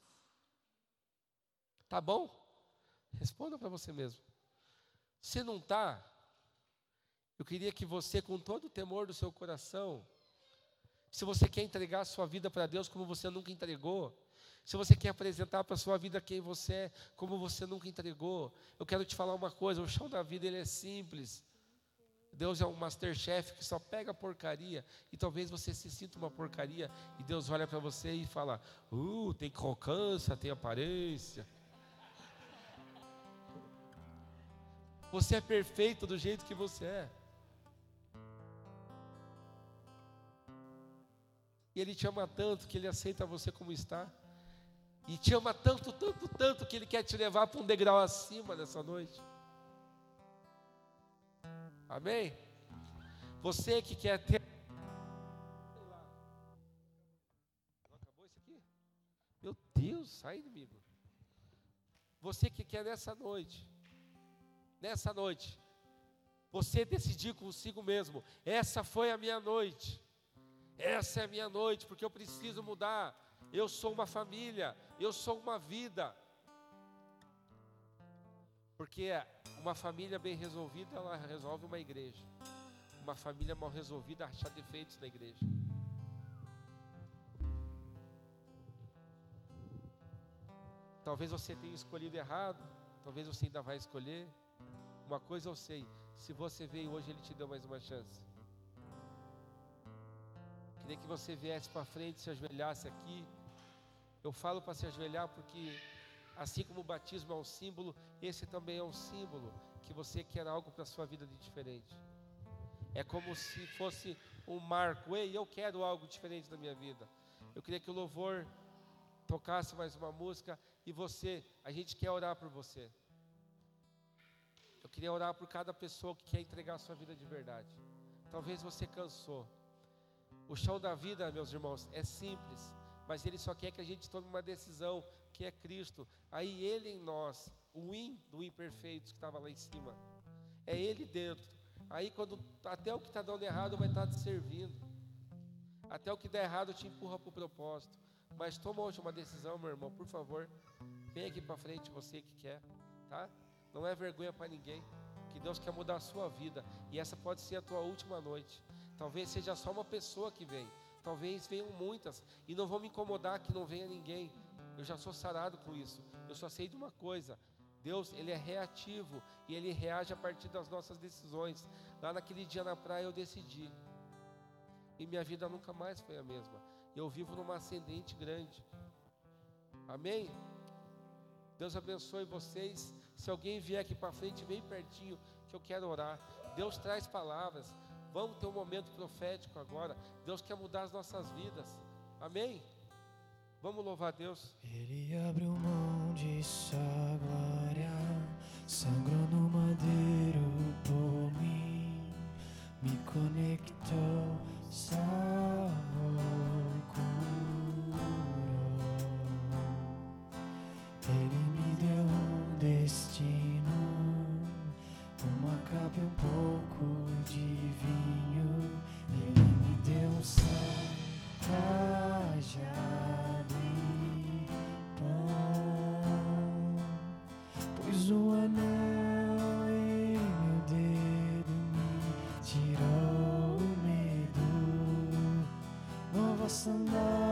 Tá bom? Responda para você mesmo. Se não tá, eu queria que você, com todo o temor do seu coração, se você quer entregar a sua vida para Deus como você nunca entregou, se você quer apresentar para a sua vida quem você é, como você nunca entregou, eu quero te falar uma coisa: o chão da vida ele é simples. Deus é um Masterchef que só pega porcaria, e talvez você se sinta uma porcaria, e Deus olha para você e fala: tem crocância, tem aparência. Você é perfeito do jeito que você é. E Ele te ama tanto que Ele aceita você como está. E te ama tanto, tanto, tanto que Ele quer te levar para um degrau acima nessa noite. Amém? Você que quer ter... Não acabou isso aqui? Meu Deus, sai inimigo. Você que quer nessa noite, você decidir consigo mesmo: essa foi a minha noite, essa é a minha noite, porque eu preciso mudar. Eu sou uma família, eu sou uma vida. Porque uma família bem resolvida, ela resolve uma igreja. Uma família mal resolvida acha defeitos na igreja. Talvez você tenha escolhido errado, talvez você ainda vai escolher. Uma coisa eu sei, se você veio hoje, Ele te deu mais uma chance. Queria que você viesse para frente, se ajoelhasse aqui. Eu falo para se ajoelhar porque, assim como o batismo é um símbolo, esse também é um símbolo que você quer algo para a sua vida de diferente. É como se fosse um marco. Ei, eu quero algo diferente na minha vida. Eu queria que o louvor tocasse mais uma música e você, a gente quer orar por você. Eu queria orar por cada pessoa que quer entregar a sua vida de verdade. Talvez você cansou. O chão da vida, meus irmãos, é simples, mas Ele só quer que a gente tome uma decisão, que é Cristo. Aí Ele em nós, o do imperfeito que estava lá em cima, é Ele dentro. Aí quando até o que está dando errado vai estar te servindo. Até o que dá errado te empurra para o propósito. Mas toma hoje uma decisão, meu irmão, por favor. Vem aqui para frente, você que quer, tá? Não é vergonha para ninguém. Que Deus quer mudar a sua vida. E essa pode ser a tua última noite. Talvez seja só uma pessoa que vem. Talvez venham muitas. E não vou me incomodar que não venha ninguém. Eu já sou sarado com isso. Eu só sei de uma coisa. Deus, Ele é reativo. E Ele reage a partir das nossas decisões. Lá naquele dia na praia eu decidi. E minha vida nunca mais foi a mesma. Eu vivo numa ascendente grande. Amém? Deus abençoe vocês. Se alguém vier aqui para frente, bem pertinho, que eu quero orar. Deus traz palavras. Vamos ter um momento profético agora. Deus quer mudar as nossas vidas. Amém? Vamos louvar a Deus. Ele abriu mão de sua glória, sangrou no madeiro por mim, me conectou, salvou, curou. Ele me deu um destino, uma capa e um pouco de vinho. Ele me deu um cajado e pão, pôs um anel em meu dedo, me tirou o medo, nova sandália